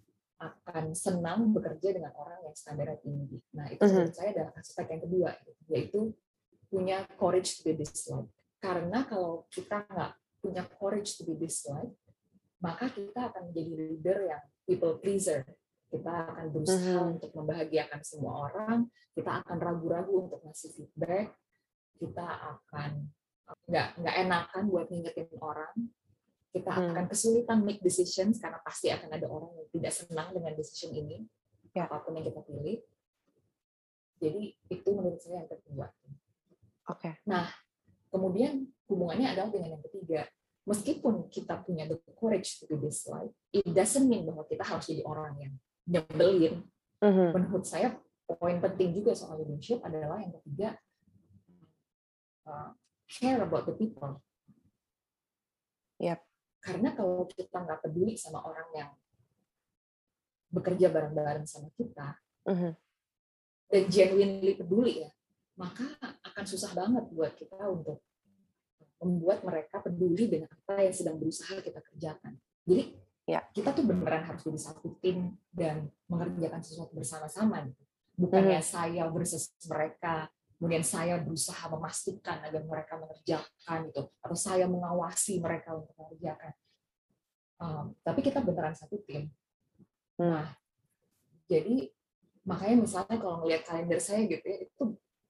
akan senang bekerja dengan orang yang standarnya tinggi. Nah, itu mm-hmm. menurut saya adalah aspek yang kedua, yaitu punya courage to be disliked. Karena kalau kita nggak punya courage to be disliked, maka kita akan menjadi leader yang people pleaser. Kita akan berusaha mm-hmm. untuk membahagiakan semua orang, kita akan ragu-ragu untuk ngasih feedback, kita akan nggak nggak enakan buat ngingetin orang, kita hmm. akan kesulitan make decisions karena pasti akan ada orang yang tidak senang dengan decision ini, ya. Apapun yang kita pilih. Jadi itu menurut saya yang kedua. Oke. Okay. Nah, kemudian hubungannya adalah dengan yang ketiga. Meskipun kita punya the courage to be disliked, it doesn't mean bahwa kita harus jadi orang yang nyebelin. Mm-hmm. Menurut saya poin penting juga soal leadership adalah yang ketiga, uh, care about the people. Yep. Karena kalau kita nggak peduli sama orang yang bekerja bareng-bareng sama kita, mm-hmm. dan genuinely peduli ya, maka akan susah banget buat kita untuk membuat mereka peduli dengan apa yang sedang berusaha kita kerjakan. Jadi ya. Kita tuh beneran harus jadi satu tim dan mengerjakan sesuatu bersama-sama. Gitu. Bukannya mm-hmm. saya versus mereka, kemudian saya berusaha memastikan agar mereka mengerjakan gitu, atau saya mengawasi mereka untuk mengerjakan. Um, tapi kita beneran satu tim. Hmm. Nah, jadi makanya misalnya kalau ngelihat kalender saya gitu ya, itu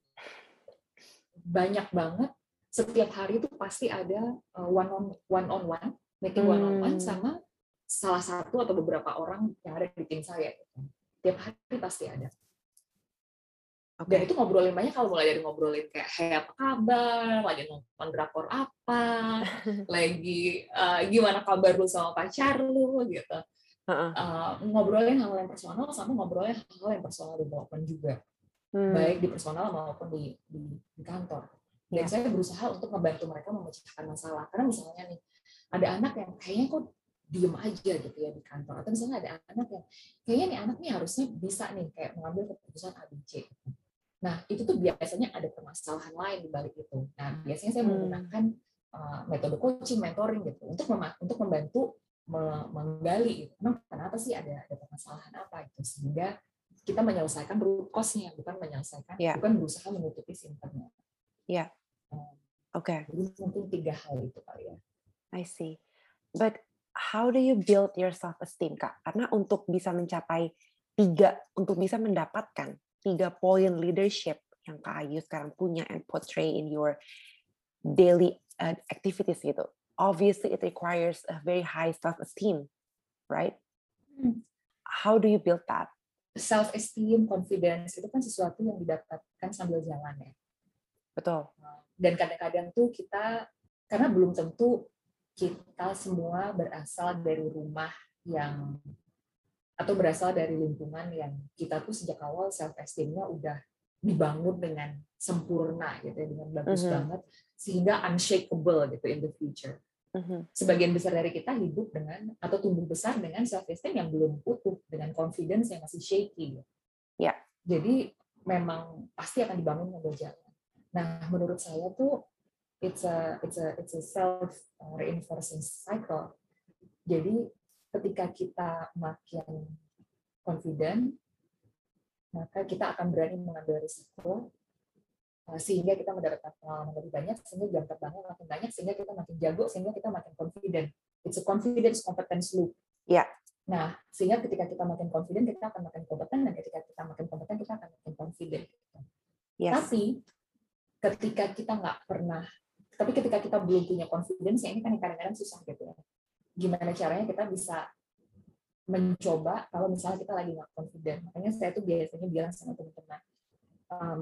banyak banget. Setiap hari itu pasti ada uh, one on one on one, meeting one on one sama salah satu atau beberapa orang yang ada di tim saya. Gitu. Tiap hari pasti ada. Okay. Dan itu ngobrolin banyak, kalau mulai dari ngobrolin kayak hey apa kabar, lagi nonton drakor apa, lagi uh, gimana kabar lu sama pacar lu gitu. Uh-uh. Uh, ngobrolin hal yang personal sama ngobrolin hal yang personal development juga. Hmm. Baik di personal maupun di, di, di kantor. Dan yeah. saya berusaha untuk membantu mereka memecahkan masalah. Karena misalnya nih, ada anak yang kayaknya kok diem aja gitu ya di kantor. Atau misalnya ada anak yang kayaknya nih anak nih harusnya bisa nih kayak mengambil keputusan A B C. Nah, itu tuh biasanya ada permasalahan lain di balik itu. Nah, biasanya saya menggunakan uh, metode coaching, mentoring gitu untuk mem- untuk membantu me- menggali gitu. Nah, kenapa sih ada ada permasalahan apa itu, sehingga kita menyelesaikan root cause-nya, bukan menyelesaikan, yeah. bukan berusaha menutupi simptomnya. Ya. Yeah. Oke. Okay. Jadi mungkin tiga hal itu kali ya. I see. But how do you build your self-esteem, Kak? Karena untuk bisa mencapai tiga, untuk bisa mendapatkan tiga poin leadership yang Kak Ayu sekarang punya and portray in your daily uh, activities gitu. Obviously, it requires a very high self-esteem, right? Hmm. How do you build that? Self-esteem, confidence, itu kan sesuatu yang didapatkan sambil jalan ya. Betul. Dan kadang-kadang tuh kita, karena belum tentu kita semua berasal dari rumah yang, atau berasal dari lingkungan yang kita tuh sejak awal self-esteem-nya udah dibangun dengan sempurna gitu ya, dengan bagus mm-hmm. banget, sehingga unshakable gitu in the future. Mm-hmm. Sebagian besar dari kita hidup dengan, atau tumbuh besar dengan self-esteem yang belum utuh, dengan confidence yang masih shaky. Gitu. Yeah. Jadi memang pasti akan dibangun dengan jalan. Nah, menurut saya tuh it's a it's a it's a self reinforcing cycle. Jadi ketika kita makin confident, maka kita akan berani mengambil risiko, sehingga kita mendapatkan pengalaman lebih banyak, sehingga jam terbangnya makin banyak, sehingga kita makin jago, sehingga kita makin confident. It's a confidence competence loop. Ya. Yeah. Nah, sehingga ketika kita makin confident, kita akan makin kompeten, dan ketika kita makin kompeten, kita akan makin confident. Yes. Tapi ketika kita nggak pernah, tapi ketika kita belum punya confidence, ya ini kan kadang-kadang susah gitu ya. Gimana caranya kita bisa mencoba kalau misalnya kita lagi nggak confident. Makanya saya tuh biasanya bilang sama teman-teman, um,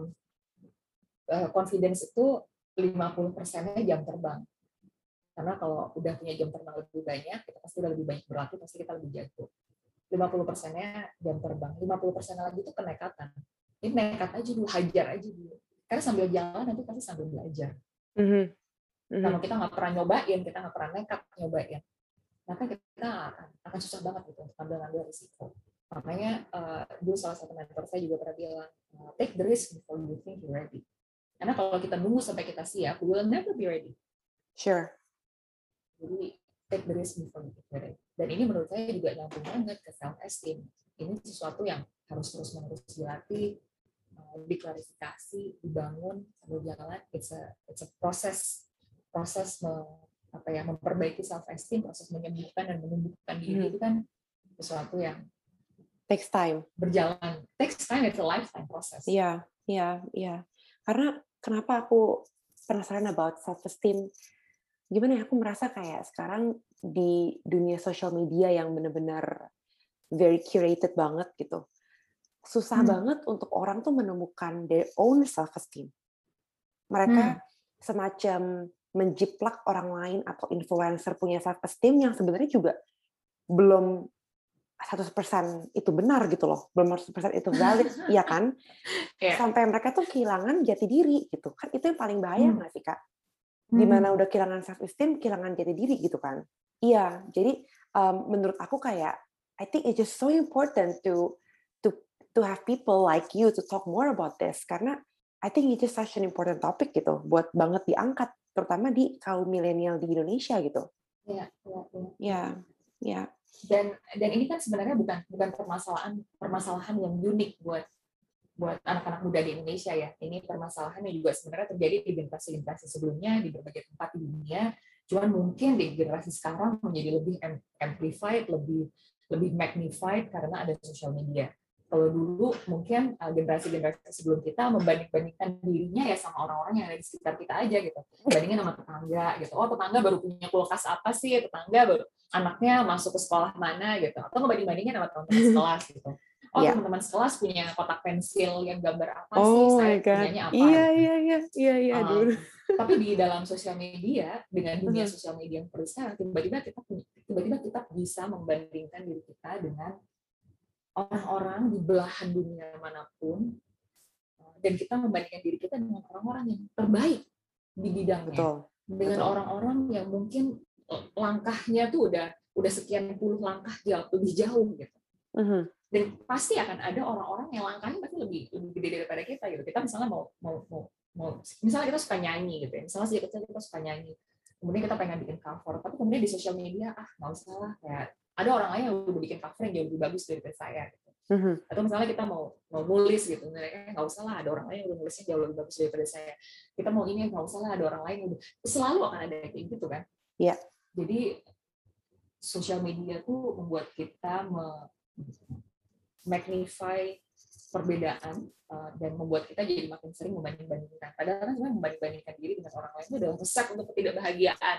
uh, confidence itu lima puluh persennya jam terbang. Karena kalau udah punya jam terbang lebih banyak, kita pasti udah lebih banyak berlatih, pasti kita lebih jago. lima puluh persennya jam terbang, lima puluh persen lagi itu kenekatan. Ini nekat aja dulu, hajar aja dulu. Karena sambil jalan nanti pasti sambil belajar. Mm-hmm. Mm-hmm. Kalau kita nggak pernah nyobain, kita nggak pernah nekat nyobain, maka kita akan, akan susah banget gitu untuk ambil-ambil risiko. Makanya uh, dulu salah satu mentor saya juga pernah bilang, take the risk before you think you're ready. Karena kalau kita nunggu sampai kita siap, we will never be ready. Sure. Jadi take the risk before you think you're ready. Dan ini menurut saya juga nyambung banget ke self esteem. Ini sesuatu yang harus terus-menerus dilatih, diklarifikasi, dibangun sambil jalan. It's a it's a proses proses me, apa ya memperbaiki self esteem, proses menyembuhkan dan menumbuhkan diri hmm. itu kan sesuatu yang takes time. Berjalan, takes time, it's a lifetime process. Iya, iya, iya. Karena kenapa aku penasaran about self esteem? Gimana ya, aku merasa kayak sekarang di dunia sosial media yang benar-benar very curated banget gitu. Susah hmm. banget untuk orang tuh menemukan their own self esteem. Mereka hmm. semacam menjiplak orang lain atau influencer punya self esteem yang sebenarnya juga belum seratus persen itu benar gitu loh. Belum seratus persen itu valid, iya kan? Yeah. Sampai mereka tuh kehilangan jati diri gitu. Kan itu yang paling bahaya hmm. nggak sih, Kak? Dimana hmm. udah kehilangan self esteem, kehilangan jati diri gitu kan? Iya, jadi um, menurut aku kayak I think it's just so important to to to have people like you to talk more about this, karena I think it's just such an important topic gitu, buat banget diangkat, terutama di kaum milenial di Indonesia gitu. Iya, iya, iya. Iya, iya. Dan dan ini kan sebenarnya bukan bukan permasalahan permasalahan yang unik buat buat anak-anak muda di Indonesia ya. Ini permasalahan yang juga sebenarnya terjadi di generasi-generasi sebelumnya di berbagai tempat di dunia. Cuman mungkin di generasi sekarang menjadi lebih amplified, lebih lebih magnified karena ada sosial media. Kalau dulu mungkin generasi-generasi sebelum kita membanding-bandingkan dirinya ya sama orang-orang yang ada di sekitar kita aja gitu. Bandingin sama tetangga gitu. Oh, tetangga baru punya kulkas apa sih? Tetangga baru anaknya masuk ke sekolah mana gitu. Atau ngebanding-bandingin sama teman-teman sekelas gitu. Oh, yeah. Teman-teman sekelas punya kotak pensil yang gambar apa oh sih? Saya God. punyanya apa? Iya, iya, iya, iya, iya, um, dulu. Tapi di dalam sosial media, dengan dunia sosial media yang sekarang, tiba-tiba kita tiba-tiba kita bisa membandingkan diri kita dengan orang-orang di belahan dunia manapun, dan kita membandingkan diri kita dengan orang-orang yang terbaik di bidangnya. Betul. Dengan Betul. orang-orang yang mungkin langkahnya tuh udah udah sekian puluh langkah jauh lebih jauh gitu. Uh-huh. Dan pasti akan ada orang-orang yang langkahnya pasti lebih lebih gede daripada kita gitu. Kita misalnya mau mau mau, mau misalnya kita suka nyanyi gitu ya. Misalnya sejak kecil kita suka nyanyi. Kemudian kita pengen bikin cover, tapi kemudian di sosial media ah nggak usah lah, kayak ada orang lain yang udah bikin cover yang jauh lebih bagus daripada saya gitu. Uh-huh. Atau misalnya kita mau mau nulis gitu, mereka nggak usah lah, ada orang lain yang udah nulisnya jauh lebih bagus daripada saya. Kita mau ini nggak usah lah, ada orang lain yang udah, selalu akan ada kayak gitu kan. Iya. Yeah. Jadi sosial media tuh membuat kita me- magnify perbedaan uh, dan membuat kita jadi makin sering membanding-bandingkan. Padahal kan sebenarnya membanding-bandingkan diri dengan orang lain itu adalah resep untuk ketidakbahagiaan.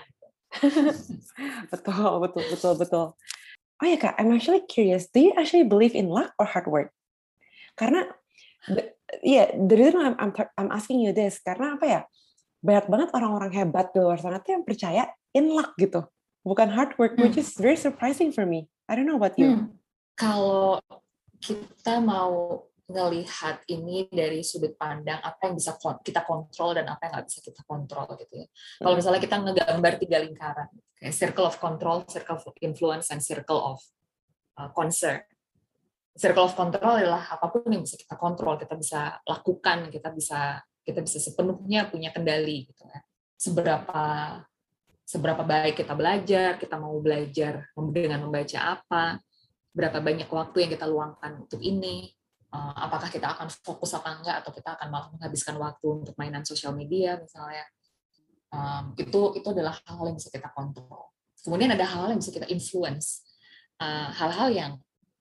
betul, betul, betul, betul. Oh ya Kak, I'm actually curious. Do you actually believe in luck or hard work? Karena, ya, yeah, the reason I'm, I'm, I'm asking you this, karena apa ya? Banyak banget orang-orang hebat di luar sana tuh yang percaya in luck gitu, bukan hard work, hmm. which is very surprising for me. I don't know about you. Hmm. Kalau kita mau ngelihat ini dari sudut pandang apa yang bisa kita kontrol dan apa yang nggak bisa kita kontrol gitu ya. Kalau misalnya kita ngegambar tiga lingkaran, kayak circle of control, circle of influence, and circle of uh, concern. Circle of control adalah apapun yang bisa kita kontrol, kita bisa lakukan, kita bisa kita bisa sepenuhnya punya kendali gitu ya. Seberapa seberapa baik kita belajar, kita mau belajar dengan membaca apa, berapa banyak waktu yang kita luangkan untuk ini, apakah kita akan fokus apa enggak, atau kita akan malah menghabiskan waktu untuk mainan sosial media misalnya. Um, itu itu adalah hal-hal yang bisa kita kontrol. Kemudian ada hal-hal yang bisa kita influence, uh, hal-hal yang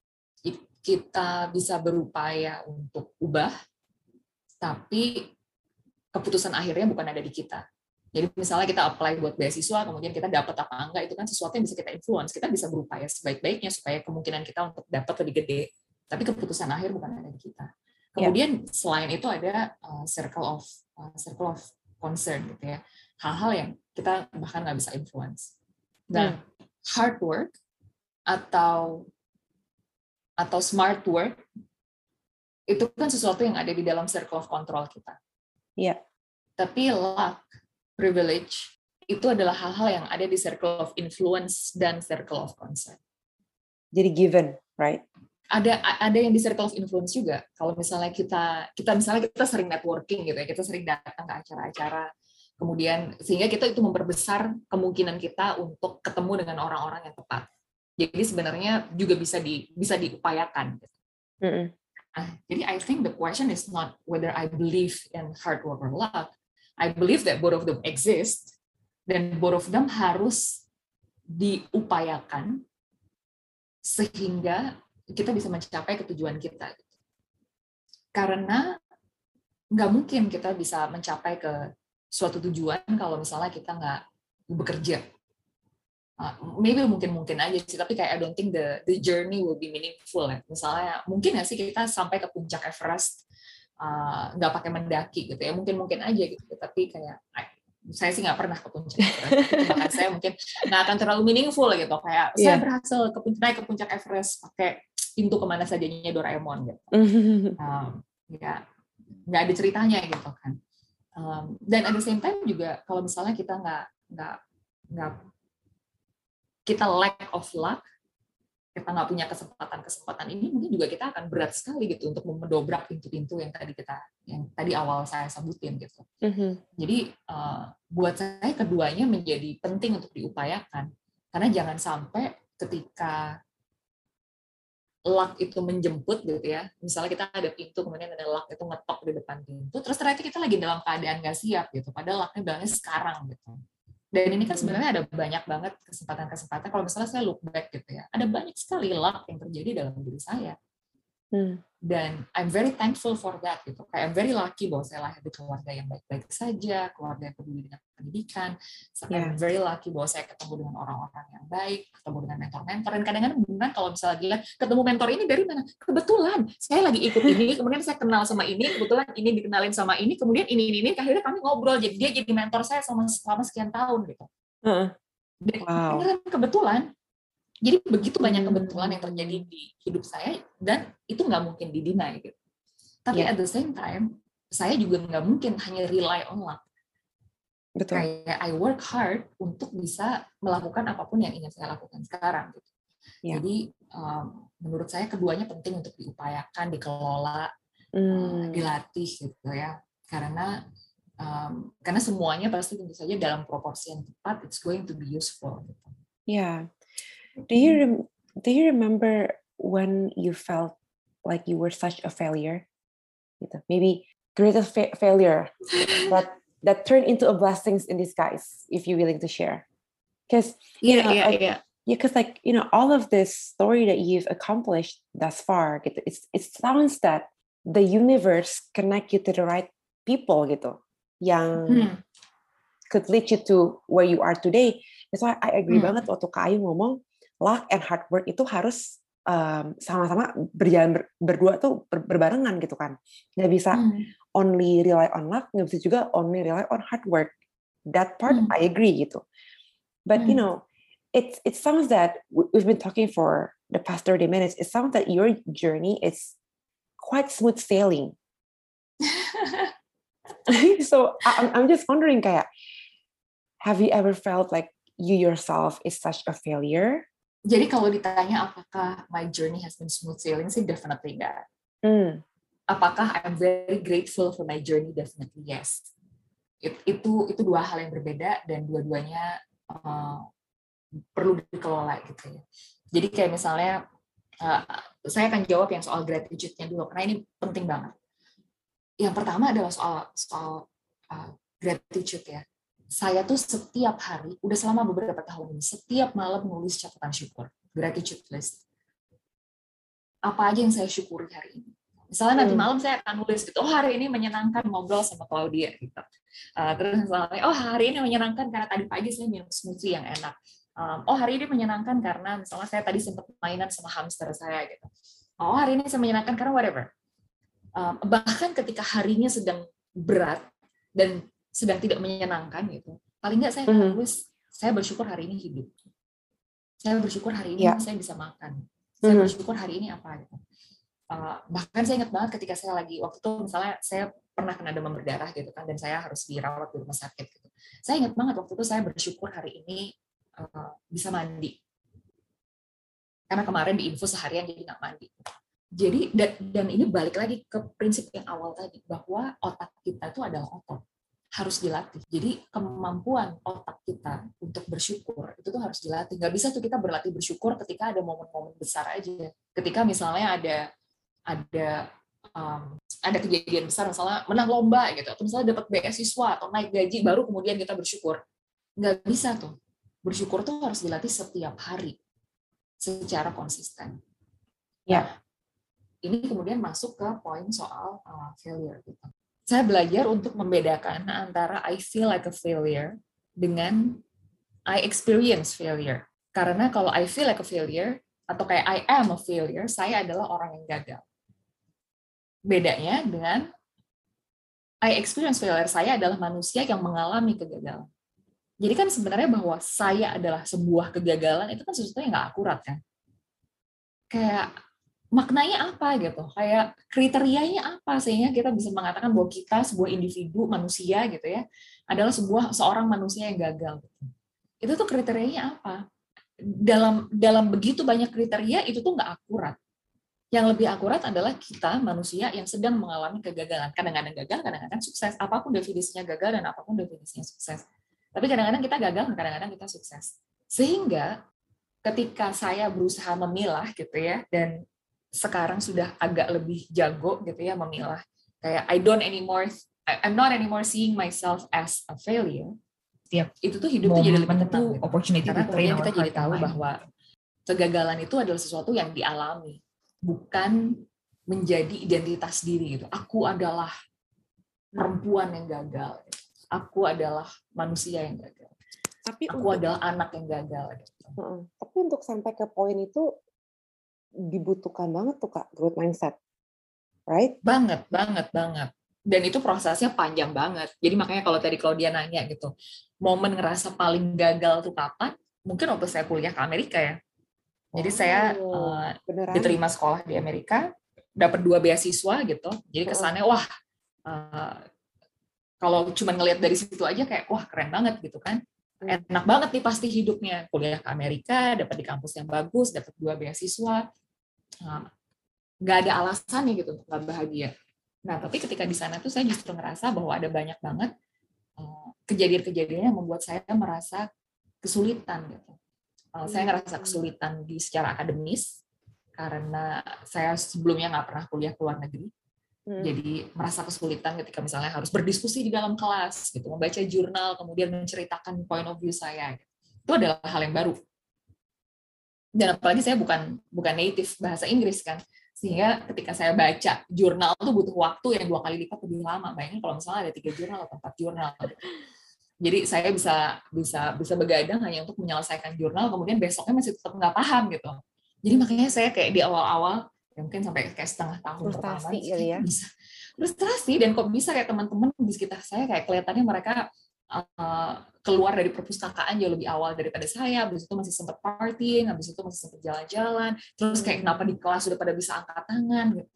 kita bisa berupaya untuk ubah, tapi keputusan akhirnya bukan ada di kita. Jadi misalnya kita apply buat beasiswa, kemudian kita dapat apa enggak, itu kan sesuatu yang bisa kita influence. Kita bisa berupaya sebaik-baiknya supaya kemungkinan kita untuk dapat lebih gede. Tapi keputusan akhir bukan ada di kita. Kemudian yeah. selain itu ada uh, circle of uh, circle of concern gitu ya. Hal-hal yang kita bahkan nggak bisa influence. Nah, hmm. hard work atau atau smart work itu kan sesuatu yang ada di dalam circle of control kita. Iya. Yeah. Tapi luck, privilege itu adalah hal-hal yang ada di circle of influence dan circle of concern. Jadi given, right? Ada ada yang di circle of influence juga. Kalau misalnya kita kita misalnya kita sering networking gitu ya, kita sering datang ke acara-acara, kemudian sehingga kita itu memperbesar kemungkinan kita untuk ketemu dengan orang-orang yang tepat. Jadi sebenarnya juga bisa di bisa diupayakan. Mm-hmm. Uh, jadi I think the question is not whether I believe in hard work or luck. I believe that both of them exist, dan both of them harus diupayakan sehingga kita bisa mencapai ketujuan kita. Karena nggak mungkin kita bisa mencapai ke suatu tujuan kalau misalnya kita nggak bekerja. Uh, maybe mungkin-mungkin aja sih, tapi kayak I don't think the the journey will be meaningful. Ya. Misalnya mungkin nggak sih kita sampai ke puncak Everest uh, nggak pakai mendaki gitu ya, mungkin-mungkin aja gitu. Tapi kayak saya sih nggak pernah ke puncak Everest, bahkan saya mungkin nggak akan terlalu meaningful gitu. Kayak yeah. saya berhasil ke naik ke puncak Everest pakai pintu kemana sajanya Doraemon gitu. um, ya nggak ada ceritanya gitu kan. Um, dan at the same time juga kalau misalnya kita nggak nggak nggak kita lack of luck, kita nggak punya kesempatan-kesempatan ini, mungkin juga kita akan berat sekali gitu untuk mendobrak pintu-pintu yang tadi kita, yang tadi awal saya sebutin gitu. Mm-hmm. Jadi uh, buat saya keduanya menjadi penting untuk diupayakan, karena jangan sampai ketika luck itu menjemput gitu ya, misalnya kita ada pintu kemudian ada luck itu ngetok di depan pintu, terus ternyata kita lagi dalam keadaan nggak siap gitu, padahal lucknya bilangnya sekarang gitu. Dan ini kan sebenarnya ada banyak banget kesempatan-kesempatan. Kalau misalnya saya look back gitu ya, ada banyak sekali luck yang terjadi dalam diri saya. Hmm. Dan I'm very thankful for that gitu. Kayak I'm very lucky bahwa saya lahir di keluarga yang baik-baik saja, keluarga yang peduli dengan pendidikan. So yeah. I'm very lucky bahwa saya ketemu dengan orang-orang yang baik, ketemu dengan mentor-mentor. Dan kadang-kadang benar kalau misalnya bilang ketemu mentor ini dari mana? Kebetulan saya lagi ikut ini, kemudian saya kenal sama ini, kebetulan ini dikenalin sama ini, kemudian ini ini, ini akhirnya kami ngobrol. Jadi dia jadi mentor saya selama, selama sekian tahun gitu. Uh, wow. Beneran kebetulan. Jadi begitu banyak kebetulan yang terjadi di hidup saya, dan itu nggak mungkin didinai gitu. Tapi yeah. at the same time, saya juga nggak mungkin hanya rely on luck. Betul. Kayak I work hard untuk bisa melakukan apapun yang ingin saya lakukan sekarang. Gitu. Yeah. Jadi um, menurut saya keduanya penting untuk diupayakan, dikelola, mm. uh, dilatih gitu ya. Karena um, karena semuanya pasti tentu saja dalam proporsi yang tepat, it's going to be useful. Gitu. Yeah. Do you rem- do you remember when you felt like you were such a failure? Maybe greatest fa- failure that that turned into a blessings in disguise. If you're willing to share, because yeah, you know, yeah, like, yeah, yeah, because like you know, all of this story that you've accomplished thus far, it's it sounds that the universe connect you to the right people, gitu, yang hmm. could lead you to where you are today. That's why I agree hmm. banget waktu Kak Ayu ngomong. Luck and hard work itu harus um, sama-sama berjalan ber, berdua tuh ber, berbarengan gitu kan. Nggak bisa hmm. only rely on luck, nggak bisa juga only rely on hard work. That part hmm. I agree gitu. But hmm. you know, it it sounds that we've been talking for the past thirty minutes. It sounds that your journey is quite smooth sailing. So I'm I'm just wondering kayak, have you ever felt like you yourself is such a failure? Jadi kalau ditanya apakah my journey has been smooth sailing, sih definitely enggak. Mm. Apakah I'm very grateful for my journey? Definitely yes. It, itu itu dua hal yang berbeda dan dua-duanya uh, perlu dikelola gitu ya. Jadi kayak misalnya uh, saya akan jawab yang soal gratitude-nya dulu karena ini penting banget. Yang pertama adalah soal soal uh, gratitude ya. Saya tuh setiap hari, udah selama beberapa tahun ini, setiap malam nulis catatan syukur, gratitude list. Apa aja yang saya syukuri hari ini. Misalnya nanti malam saya akan nulis gitu, oh hari ini menyenangkan ngobrol sama Claudia gitu. Uh, terus misalnya, oh hari ini menyenangkan karena tadi pagi saya minum smoothie yang enak. Um, oh hari ini menyenangkan karena misalnya saya tadi sempat mainan sama hamster saya gitu. Oh hari ini saya menyenangkan karena whatever. Um, bahkan ketika harinya sedang berat dan sedang tidak menyenangkan gitu. Paling nggak saya mm-hmm. tulis, saya bersyukur hari ini hidup. Saya bersyukur hari ini yeah. saya bisa makan. Saya mm-hmm. bersyukur hari ini apa gitu. Uh, bahkan saya ingat banget ketika saya lagi waktu itu misalnya saya pernah kena demam berdarah gitu kan dan saya harus dirawat di rumah sakit gitu. Saya ingat banget waktu itu saya bersyukur hari ini uh, bisa mandi. Karena kemarin di infus seharian jadi nggak mandi. Jadi dan, dan ini balik lagi ke prinsip yang awal tadi bahwa otak kita itu adalah otot. harus dilatih. Jadi kemampuan otak kita untuk bersyukur itu tuh harus dilatih. Nggak bisa tuh kita berlatih bersyukur ketika ada momen-momen besar aja. Ketika misalnya ada ada um, ada kejadian besar, misalnya menang lomba gitu, atau misalnya dapat beasiswa atau naik gaji, baru kemudian kita bersyukur. Nggak bisa tuh. Bersyukur tuh harus dilatih setiap hari secara konsisten. Ya. Nah, ini kemudian masuk ke poin soal uh, failure gitu. Saya belajar untuk membedakan antara I feel like a failure dengan I experience failure. Karena kalau I feel like a failure, atau kayak I am a failure, saya adalah orang yang gagal. Bedanya dengan I experience failure, saya adalah manusia yang mengalami kegagalan. Jadi kan sebenarnya bahwa saya adalah sebuah kegagalan, itu kan sesuatu yang nggak akurat kan. Kayak maknanya apa gitu, kayak kriterianya apa sehingga kita bisa mengatakan bahwa kita sebuah individu manusia gitu ya adalah sebuah seorang manusia yang gagal gitu. Itu tuh kriterianya apa? Dalam dalam begitu banyak kriteria itu tuh nggak akurat. Yang lebih akurat adalah kita manusia yang sedang mengalami kegagalan. Kadang-kadang gagal, kadang-kadang sukses. Apapun definisinya gagal dan apapun definisinya sukses. Tapi kadang-kadang kita gagal, kadang-kadang kita sukses. Sehingga ketika saya berusaha memilah gitu ya, dan sekarang sudah agak lebih jago gitu ya memilah, kayak I don't anymore, I'm not anymore seeing myself as a failure. Tiap itu tuh hidup tuh jadi lebih tenang, gitu. Opportunity Karena kemudian kita jadi tahu mind. bahwa kegagalan itu adalah sesuatu yang dialami, bukan menjadi identitas diri gitu. Aku adalah perempuan yang gagal, gitu. Aku adalah manusia yang gagal. Tapi aku untuk, adalah anak yang gagal. Gitu. Uh, tapi untuk sampai ke poin itu dibutuhkan banget tuh Kak, growth mindset, right? Banget, banget, banget. Dan itu prosesnya panjang banget. Jadi makanya kalau tadi Claudia nanya gitu, momen ngerasa paling gagal tuh kapan? Mungkin waktu saya kuliah ke Amerika ya. Jadi oh, saya uh, diterima sekolah di Amerika, dapat dua beasiswa gitu. Jadi kesannya wah, uh, kalau cuma ngelihat dari situ aja kayak wah keren banget gitu kan. Enak banget nih pasti hidupnya. Kuliah ke Amerika, dapat di kampus yang bagus, dapat dua beasiswa. Nggak ada alasannya gitu untuk nggak bahagia. Nah, tapi ketika di sana tuh saya justru ngerasa bahwa ada banyak banget kejadian-kejadian yang membuat saya merasa kesulitan gitu. Saya ngerasa kesulitan di secara akademis karena saya sebelumnya nggak pernah kuliah ke luar negeri. Hmm. Jadi merasa kesulitan ketika misalnya harus berdiskusi di dalam kelas, gitu, membaca jurnal, kemudian menceritakan point of view saya. Gitu. Itu adalah hal yang baru. Dan apalagi saya bukan bukan native bahasa Inggris kan, sehingga ketika saya baca jurnal itu butuh waktu yang dua kali lipat lebih lama. Bayangin kalau misalnya ada tiga jurnal atau empat jurnal. Gitu. Jadi saya bisa bisa bisa begadang hanya untuk menyelesaikan jurnal, kemudian besoknya masih tetap nggak paham gitu. Jadi makanya saya kayak di awal-awal ya mungkin sampai kayak setengah tahun pertama ya. bisa frustrasi, dan kok bisa kayak teman-teman di sekitar saya kayak kelihatannya mereka uh, keluar dari perpustakaan jauh lebih awal daripada saya, habis itu masih sempat partying, habis itu masih sempat jalan-jalan, terus kayak kenapa di kelas sudah pada bisa angkat tangan gitu.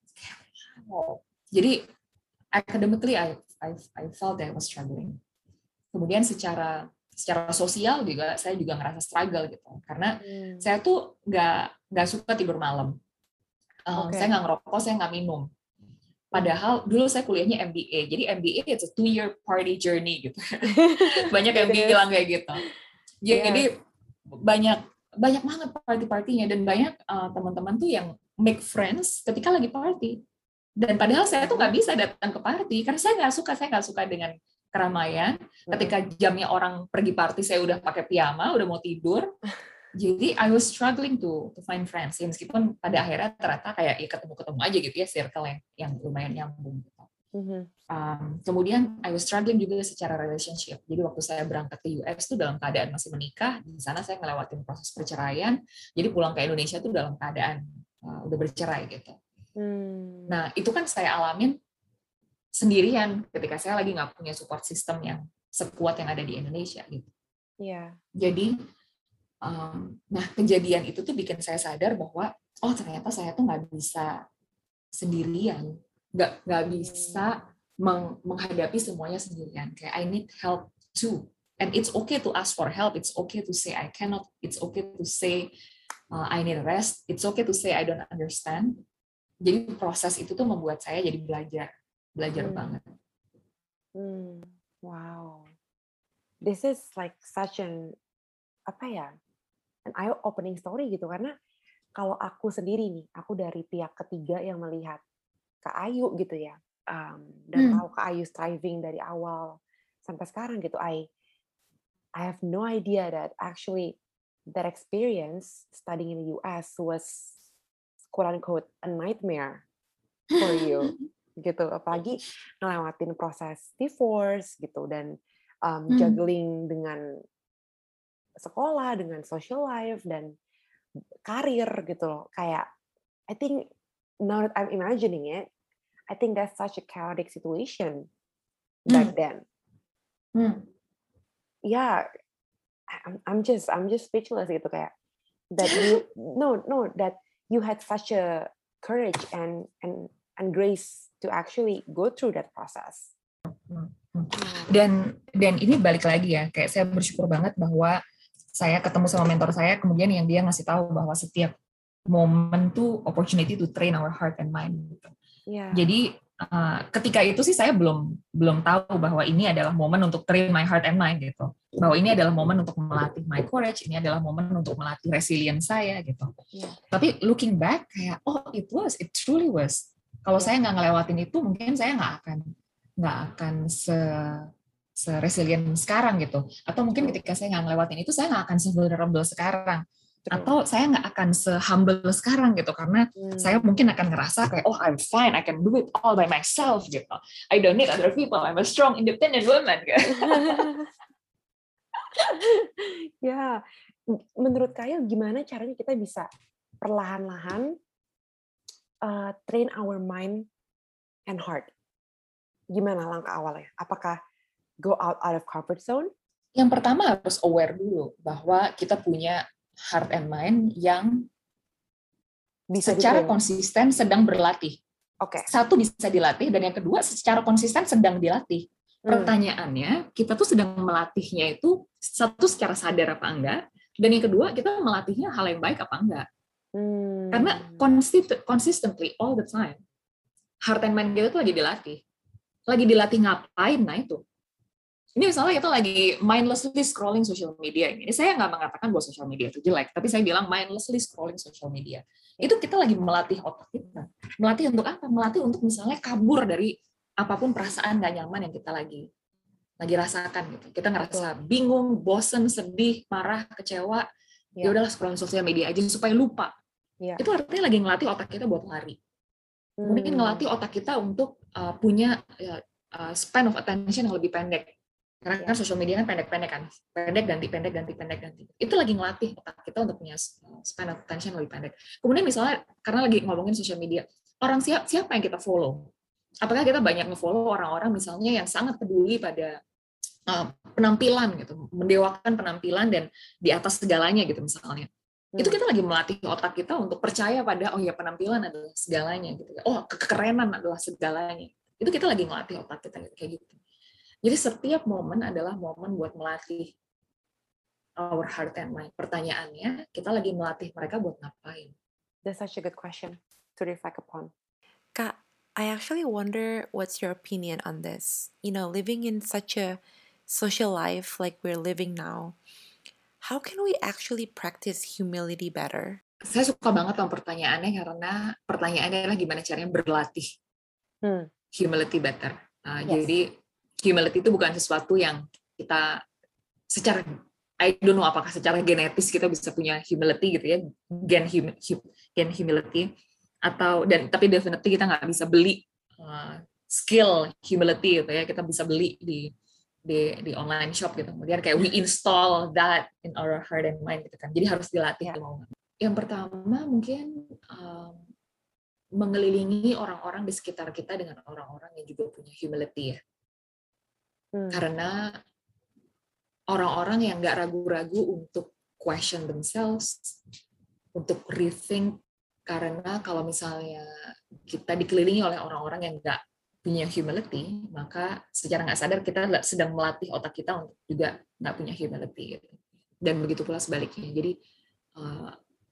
Wow. Jadi academically I, I I felt that I was struggling. Kemudian secara secara sosial juga saya juga ngerasa struggle gitu, karena hmm. saya tuh nggak nggak suka tidur malam. Um, okay. Saya nggak ngerokok, saya nggak minum. Padahal dulu saya kuliahnya M B A, jadi M B A it's a two-year party journey gitu. Banyak yang bilang kayak gitu. Jadi yeah. banyak banyak banget party-partinya, dan banyak uh, teman-teman tuh yang make friends ketika lagi party. Dan padahal saya tuh nggak bisa datang ke party karena saya nggak suka, saya nggak suka dengan keramaian. Ketika jamnya orang pergi party, saya udah pakai piyama, udah mau tidur. Jadi I was struggling to to find friends. Ya, meskipun pada akhirnya ternyata kayak ya ketemu-ketemu aja gitu ya, circle yang yang lumayan nyambung. Gitu. Mm-hmm. Um, kemudian I was struggling juga secara relationship. Jadi waktu saya berangkat ke U S tuh dalam keadaan masih menikah. Di sana saya ngelewatin proses perceraian. Jadi pulang ke Indonesia tuh dalam keadaan uh, udah bercerai gitu. Mm. Nah itu kan saya alamin sendirian ketika saya lagi nggak punya support system yang sekuat yang ada di Indonesia gitu. Yeah. Jadi Um, nah kejadian itu tuh bikin saya sadar bahwa oh ternyata saya tuh nggak bisa sendirian, nggak nggak bisa meng, menghadapi semuanya sendirian. Kayak I need help too, and it's okay to ask for help, it's okay to say I cannot, it's okay to say uh, I need rest, it's okay to say I don't understand. Jadi proses itu tuh membuat saya jadi belajar, belajar hmm. banget. Hmm. Wow, this is like such an apa ya, an eye-opening story gitu, karena kalau aku sendiri nih, aku dari pihak ketiga yang melihat Kak Ayu gitu ya, um, dan Hmm. tahu Kak Ayu striving dari awal sampai sekarang gitu, I I have no idea that actually that experience studying in the U S was quote unquote a nightmare for you gitu, apalagi ngelewatin proses divorce gitu dan um, Hmm. juggling dengan sekolah, dengan social life dan karir gitu loh. Kayak I think now that I'm imagining it, I think that's such a chaotic situation back Hmm. then. Hmm. Yeah, I'm, I'm just I'm just speechless gitu, kayak that you no no that you had such a courage and and and grace to actually go through that process. Dan dan ini balik lagi ya, kayak saya bersyukur banget bahwa saya ketemu sama mentor saya, kemudian yang dia ngasih tahu bahwa setiap momen tuh opportunity to train our heart and mind gitu. Yeah. Jadi uh, ketika itu sih saya belum belum tahu bahwa ini adalah momen untuk train my heart and mind gitu. Bahwa ini adalah momen untuk melatih my courage, ini adalah momen untuk melatih resilience saya gitu. Yeah. Tapi looking back kayak oh it was, it truly was. Kalau Yeah. saya nggak ngelewatin itu, mungkin saya nggak akan nggak akan se se-resilient sekarang gitu. Atau mungkin True. ketika saya nggak ngelewatin itu, saya nggak akan se-vulnerable sekarang. True. Atau saya nggak akan se-humble sekarang gitu, karena hmm. saya mungkin akan ngerasa kayak, oh I'm fine, I can do it all by myself gitu. I don't need other people, I'm a strong, independent woman. Gitu. Ya, menurut Kayu gimana caranya kita bisa perlahan-lahan uh, train our mind and heart? Gimana langkah awalnya? Apakah go out out of comfort zone? Yang pertama harus aware dulu bahwa kita punya heart and mind yang bisa secara ditrain. Konsisten sedang berlatih. Oke. Okay. Satu bisa dilatih, dan yang kedua secara konsisten sedang dilatih. Pertanyaannya, kita tuh sedang melatihnya itu satu secara sadar apa enggak, dan yang kedua kita melatihnya hal yang baik apa enggak. Hmm. Karena consistently all the time, heart and mind kita tuh lagi dilatih. Lagi dilatih ngapain? Nah itu. Ini misalnya kita lagi mindlessly scrolling social media. Ini saya nggak mengatakan bahwa social media itu jelek, tapi saya bilang mindlessly scrolling social media. Itu kita lagi melatih otak kita. Melatih untuk apa? Melatih untuk misalnya kabur dari apapun perasaan nggak nyaman yang kita lagi lagi rasakan gitu. Kita ngerasa bingung, bosen, sedih, marah, kecewa. Ya udahlah scrolling social media aja supaya lupa. Ya. Itu artinya lagi ngelatih otak kita buat lari. Kemudian hmm. ngelatih otak kita untuk uh, punya uh, uh, span of attention yang lebih pendek. Karena kan social media kan pendek-pendek kan. Pendek, ganti, pendek, ganti, pendek, ganti. Itu lagi ngelatih otak kita untuk punya span of attention lebih pendek. Kemudian misalnya, karena lagi ngomongin social media, orang siapa, siapa yang kita follow? Apakah kita banyak nge-follow orang-orang misalnya yang sangat peduli pada uh, penampilan gitu, mendewakan penampilan dan di atas segalanya gitu misalnya. Hmm. Itu kita lagi melatih otak kita untuk percaya pada, oh ya penampilan adalah segalanya gitu. Oh kekerenan adalah segalanya. Itu kita lagi ngelatih otak kita kayak gitu. Jadi setiap momen adalah momen buat melatih our heart and mind. Pertanyaannya, kita lagi melatih mereka buat ngapain? That's such a good question to reflect upon. Kak, I actually wonder what's your opinion on this. You know, living in such a social life like we're living now, how can we actually practice humility better? Saya suka banget sama pertanyaannya, karena pertanyaannya adalah gimana caranya berlatih hmm. humility better. Nah, yes. Jadi humility itu bukan sesuatu yang kita secara, I don't know apakah secara genetis kita bisa punya humility gitu ya, gen hum, gen humility, atau dan tapi definitely kita nggak bisa beli uh, skill humility gitu ya, kita bisa beli di di di online shop gitu. Kemudian kayak we install that in our heart and mind gitu kan. Jadi harus dilatih. Yeah. Yang pertama mungkin um, mengelilingi orang-orang di sekitar kita dengan orang-orang yang juga punya humility ya. Hmm. Karena orang-orang yang nggak ragu-ragu untuk question themselves, untuk rethink, karena kalau misalnya kita dikelilingi oleh orang-orang yang nggak punya humility, maka secara nggak sadar kita sedang melatih otak kita untuk juga nggak punya humility. Gitu. Dan begitu pula sebaliknya. Jadi uh,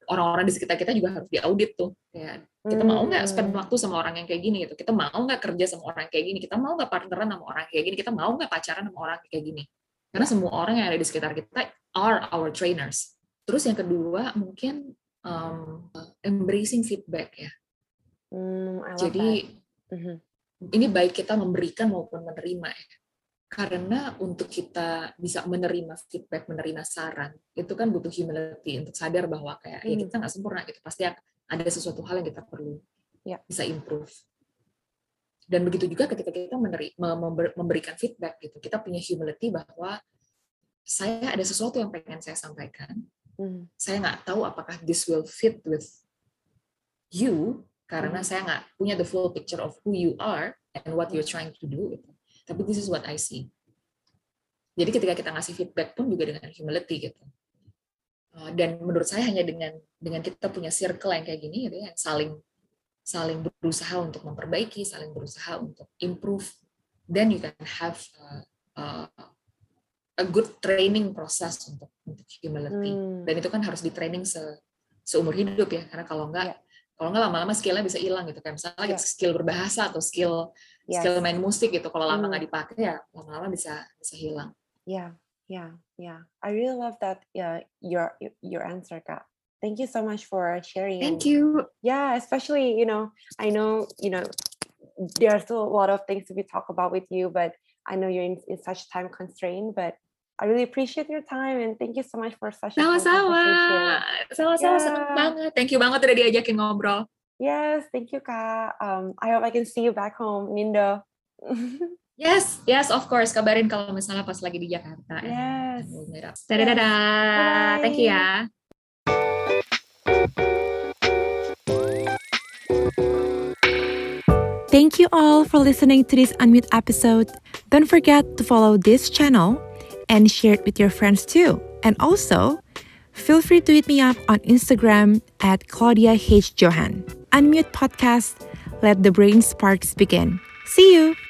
orang-orang di sekitar kita juga harus diaudit tuh. Kayak kita mau nggak spend waktu sama orang yang kayak gini gitu. Kita mau nggak kerja sama orang kayak gini. Kita mau nggak partneran sama orang kayak gini. Kita mau nggak pacaran sama orang kayak gini. Karena semua orang yang ada di sekitar kita are our trainers. Terus yang kedua mungkin um, embracing feedback ya. Mm, Jadi mm-hmm. ini baik kita memberikan maupun menerima ya. Karena untuk kita bisa menerima feedback, menerima saran, itu kan butuh humility untuk sadar bahwa kayak hmm. ya kita nggak sempurna gitu, pasti ada sesuatu hal yang kita perlu ya. bisa improve. Dan begitu juga ketika kita meneri, memberikan feedback gitu, kita punya humility bahwa saya ada sesuatu yang pengen saya sampaikan, hmm. saya nggak tahu apakah this will fit with you, karena hmm. saya nggak punya the full picture of who you are and what you're trying to do gitu. Tapi this is what I see. Jadi ketika kita ngasih feedback pun juga dengan humility gitu. Dan menurut saya hanya dengan dengan kita punya circle yang kayak gini, gitu ya, yang saling saling berusaha untuk memperbaiki, saling berusaha untuk improve, then you can have a, a, a good training process untuk untuk humility. Hmm. Dan itu kan harus di training se, seumur hidup ya, karena kalau enggak yeah. Kalau nggak lama-lama skillnya bisa hilang gitu, kayak misalnya yeah. skill berbahasa atau skill yes. skill main musik gitu, kalau lama nggak mm. dipakai ya lama-lama bisa bisa hilang. Yeah, yeah, yeah. I really love that uh, your your answer, Kak. Thank you so much for sharing. Thank you. Yeah, especially you know, I know you know there are still a lot of things to be talk about with you, but I know you're in, in such time constraint, but I really appreciate your time and thank you so much for such a Sama-sama. Sama-sama, yeah. senang banget. Thank you banget udah diajakin ngobrol. Yes, thank you, Kak. Um, I hope I can see you back home in Indo. Yes, yes, of course. Kabarin kalau misalnya pas lagi di Jakarta. Yes. Dadah-dadah. Yes. Thank you ya. Thank you all for listening to this Unmute episode. Don't forget to follow this channel and share it with your friends too. And also, feel free to hit me up on Instagram at Claudia H. Johan. Unmute Podcast, let the brain sparks begin. See you!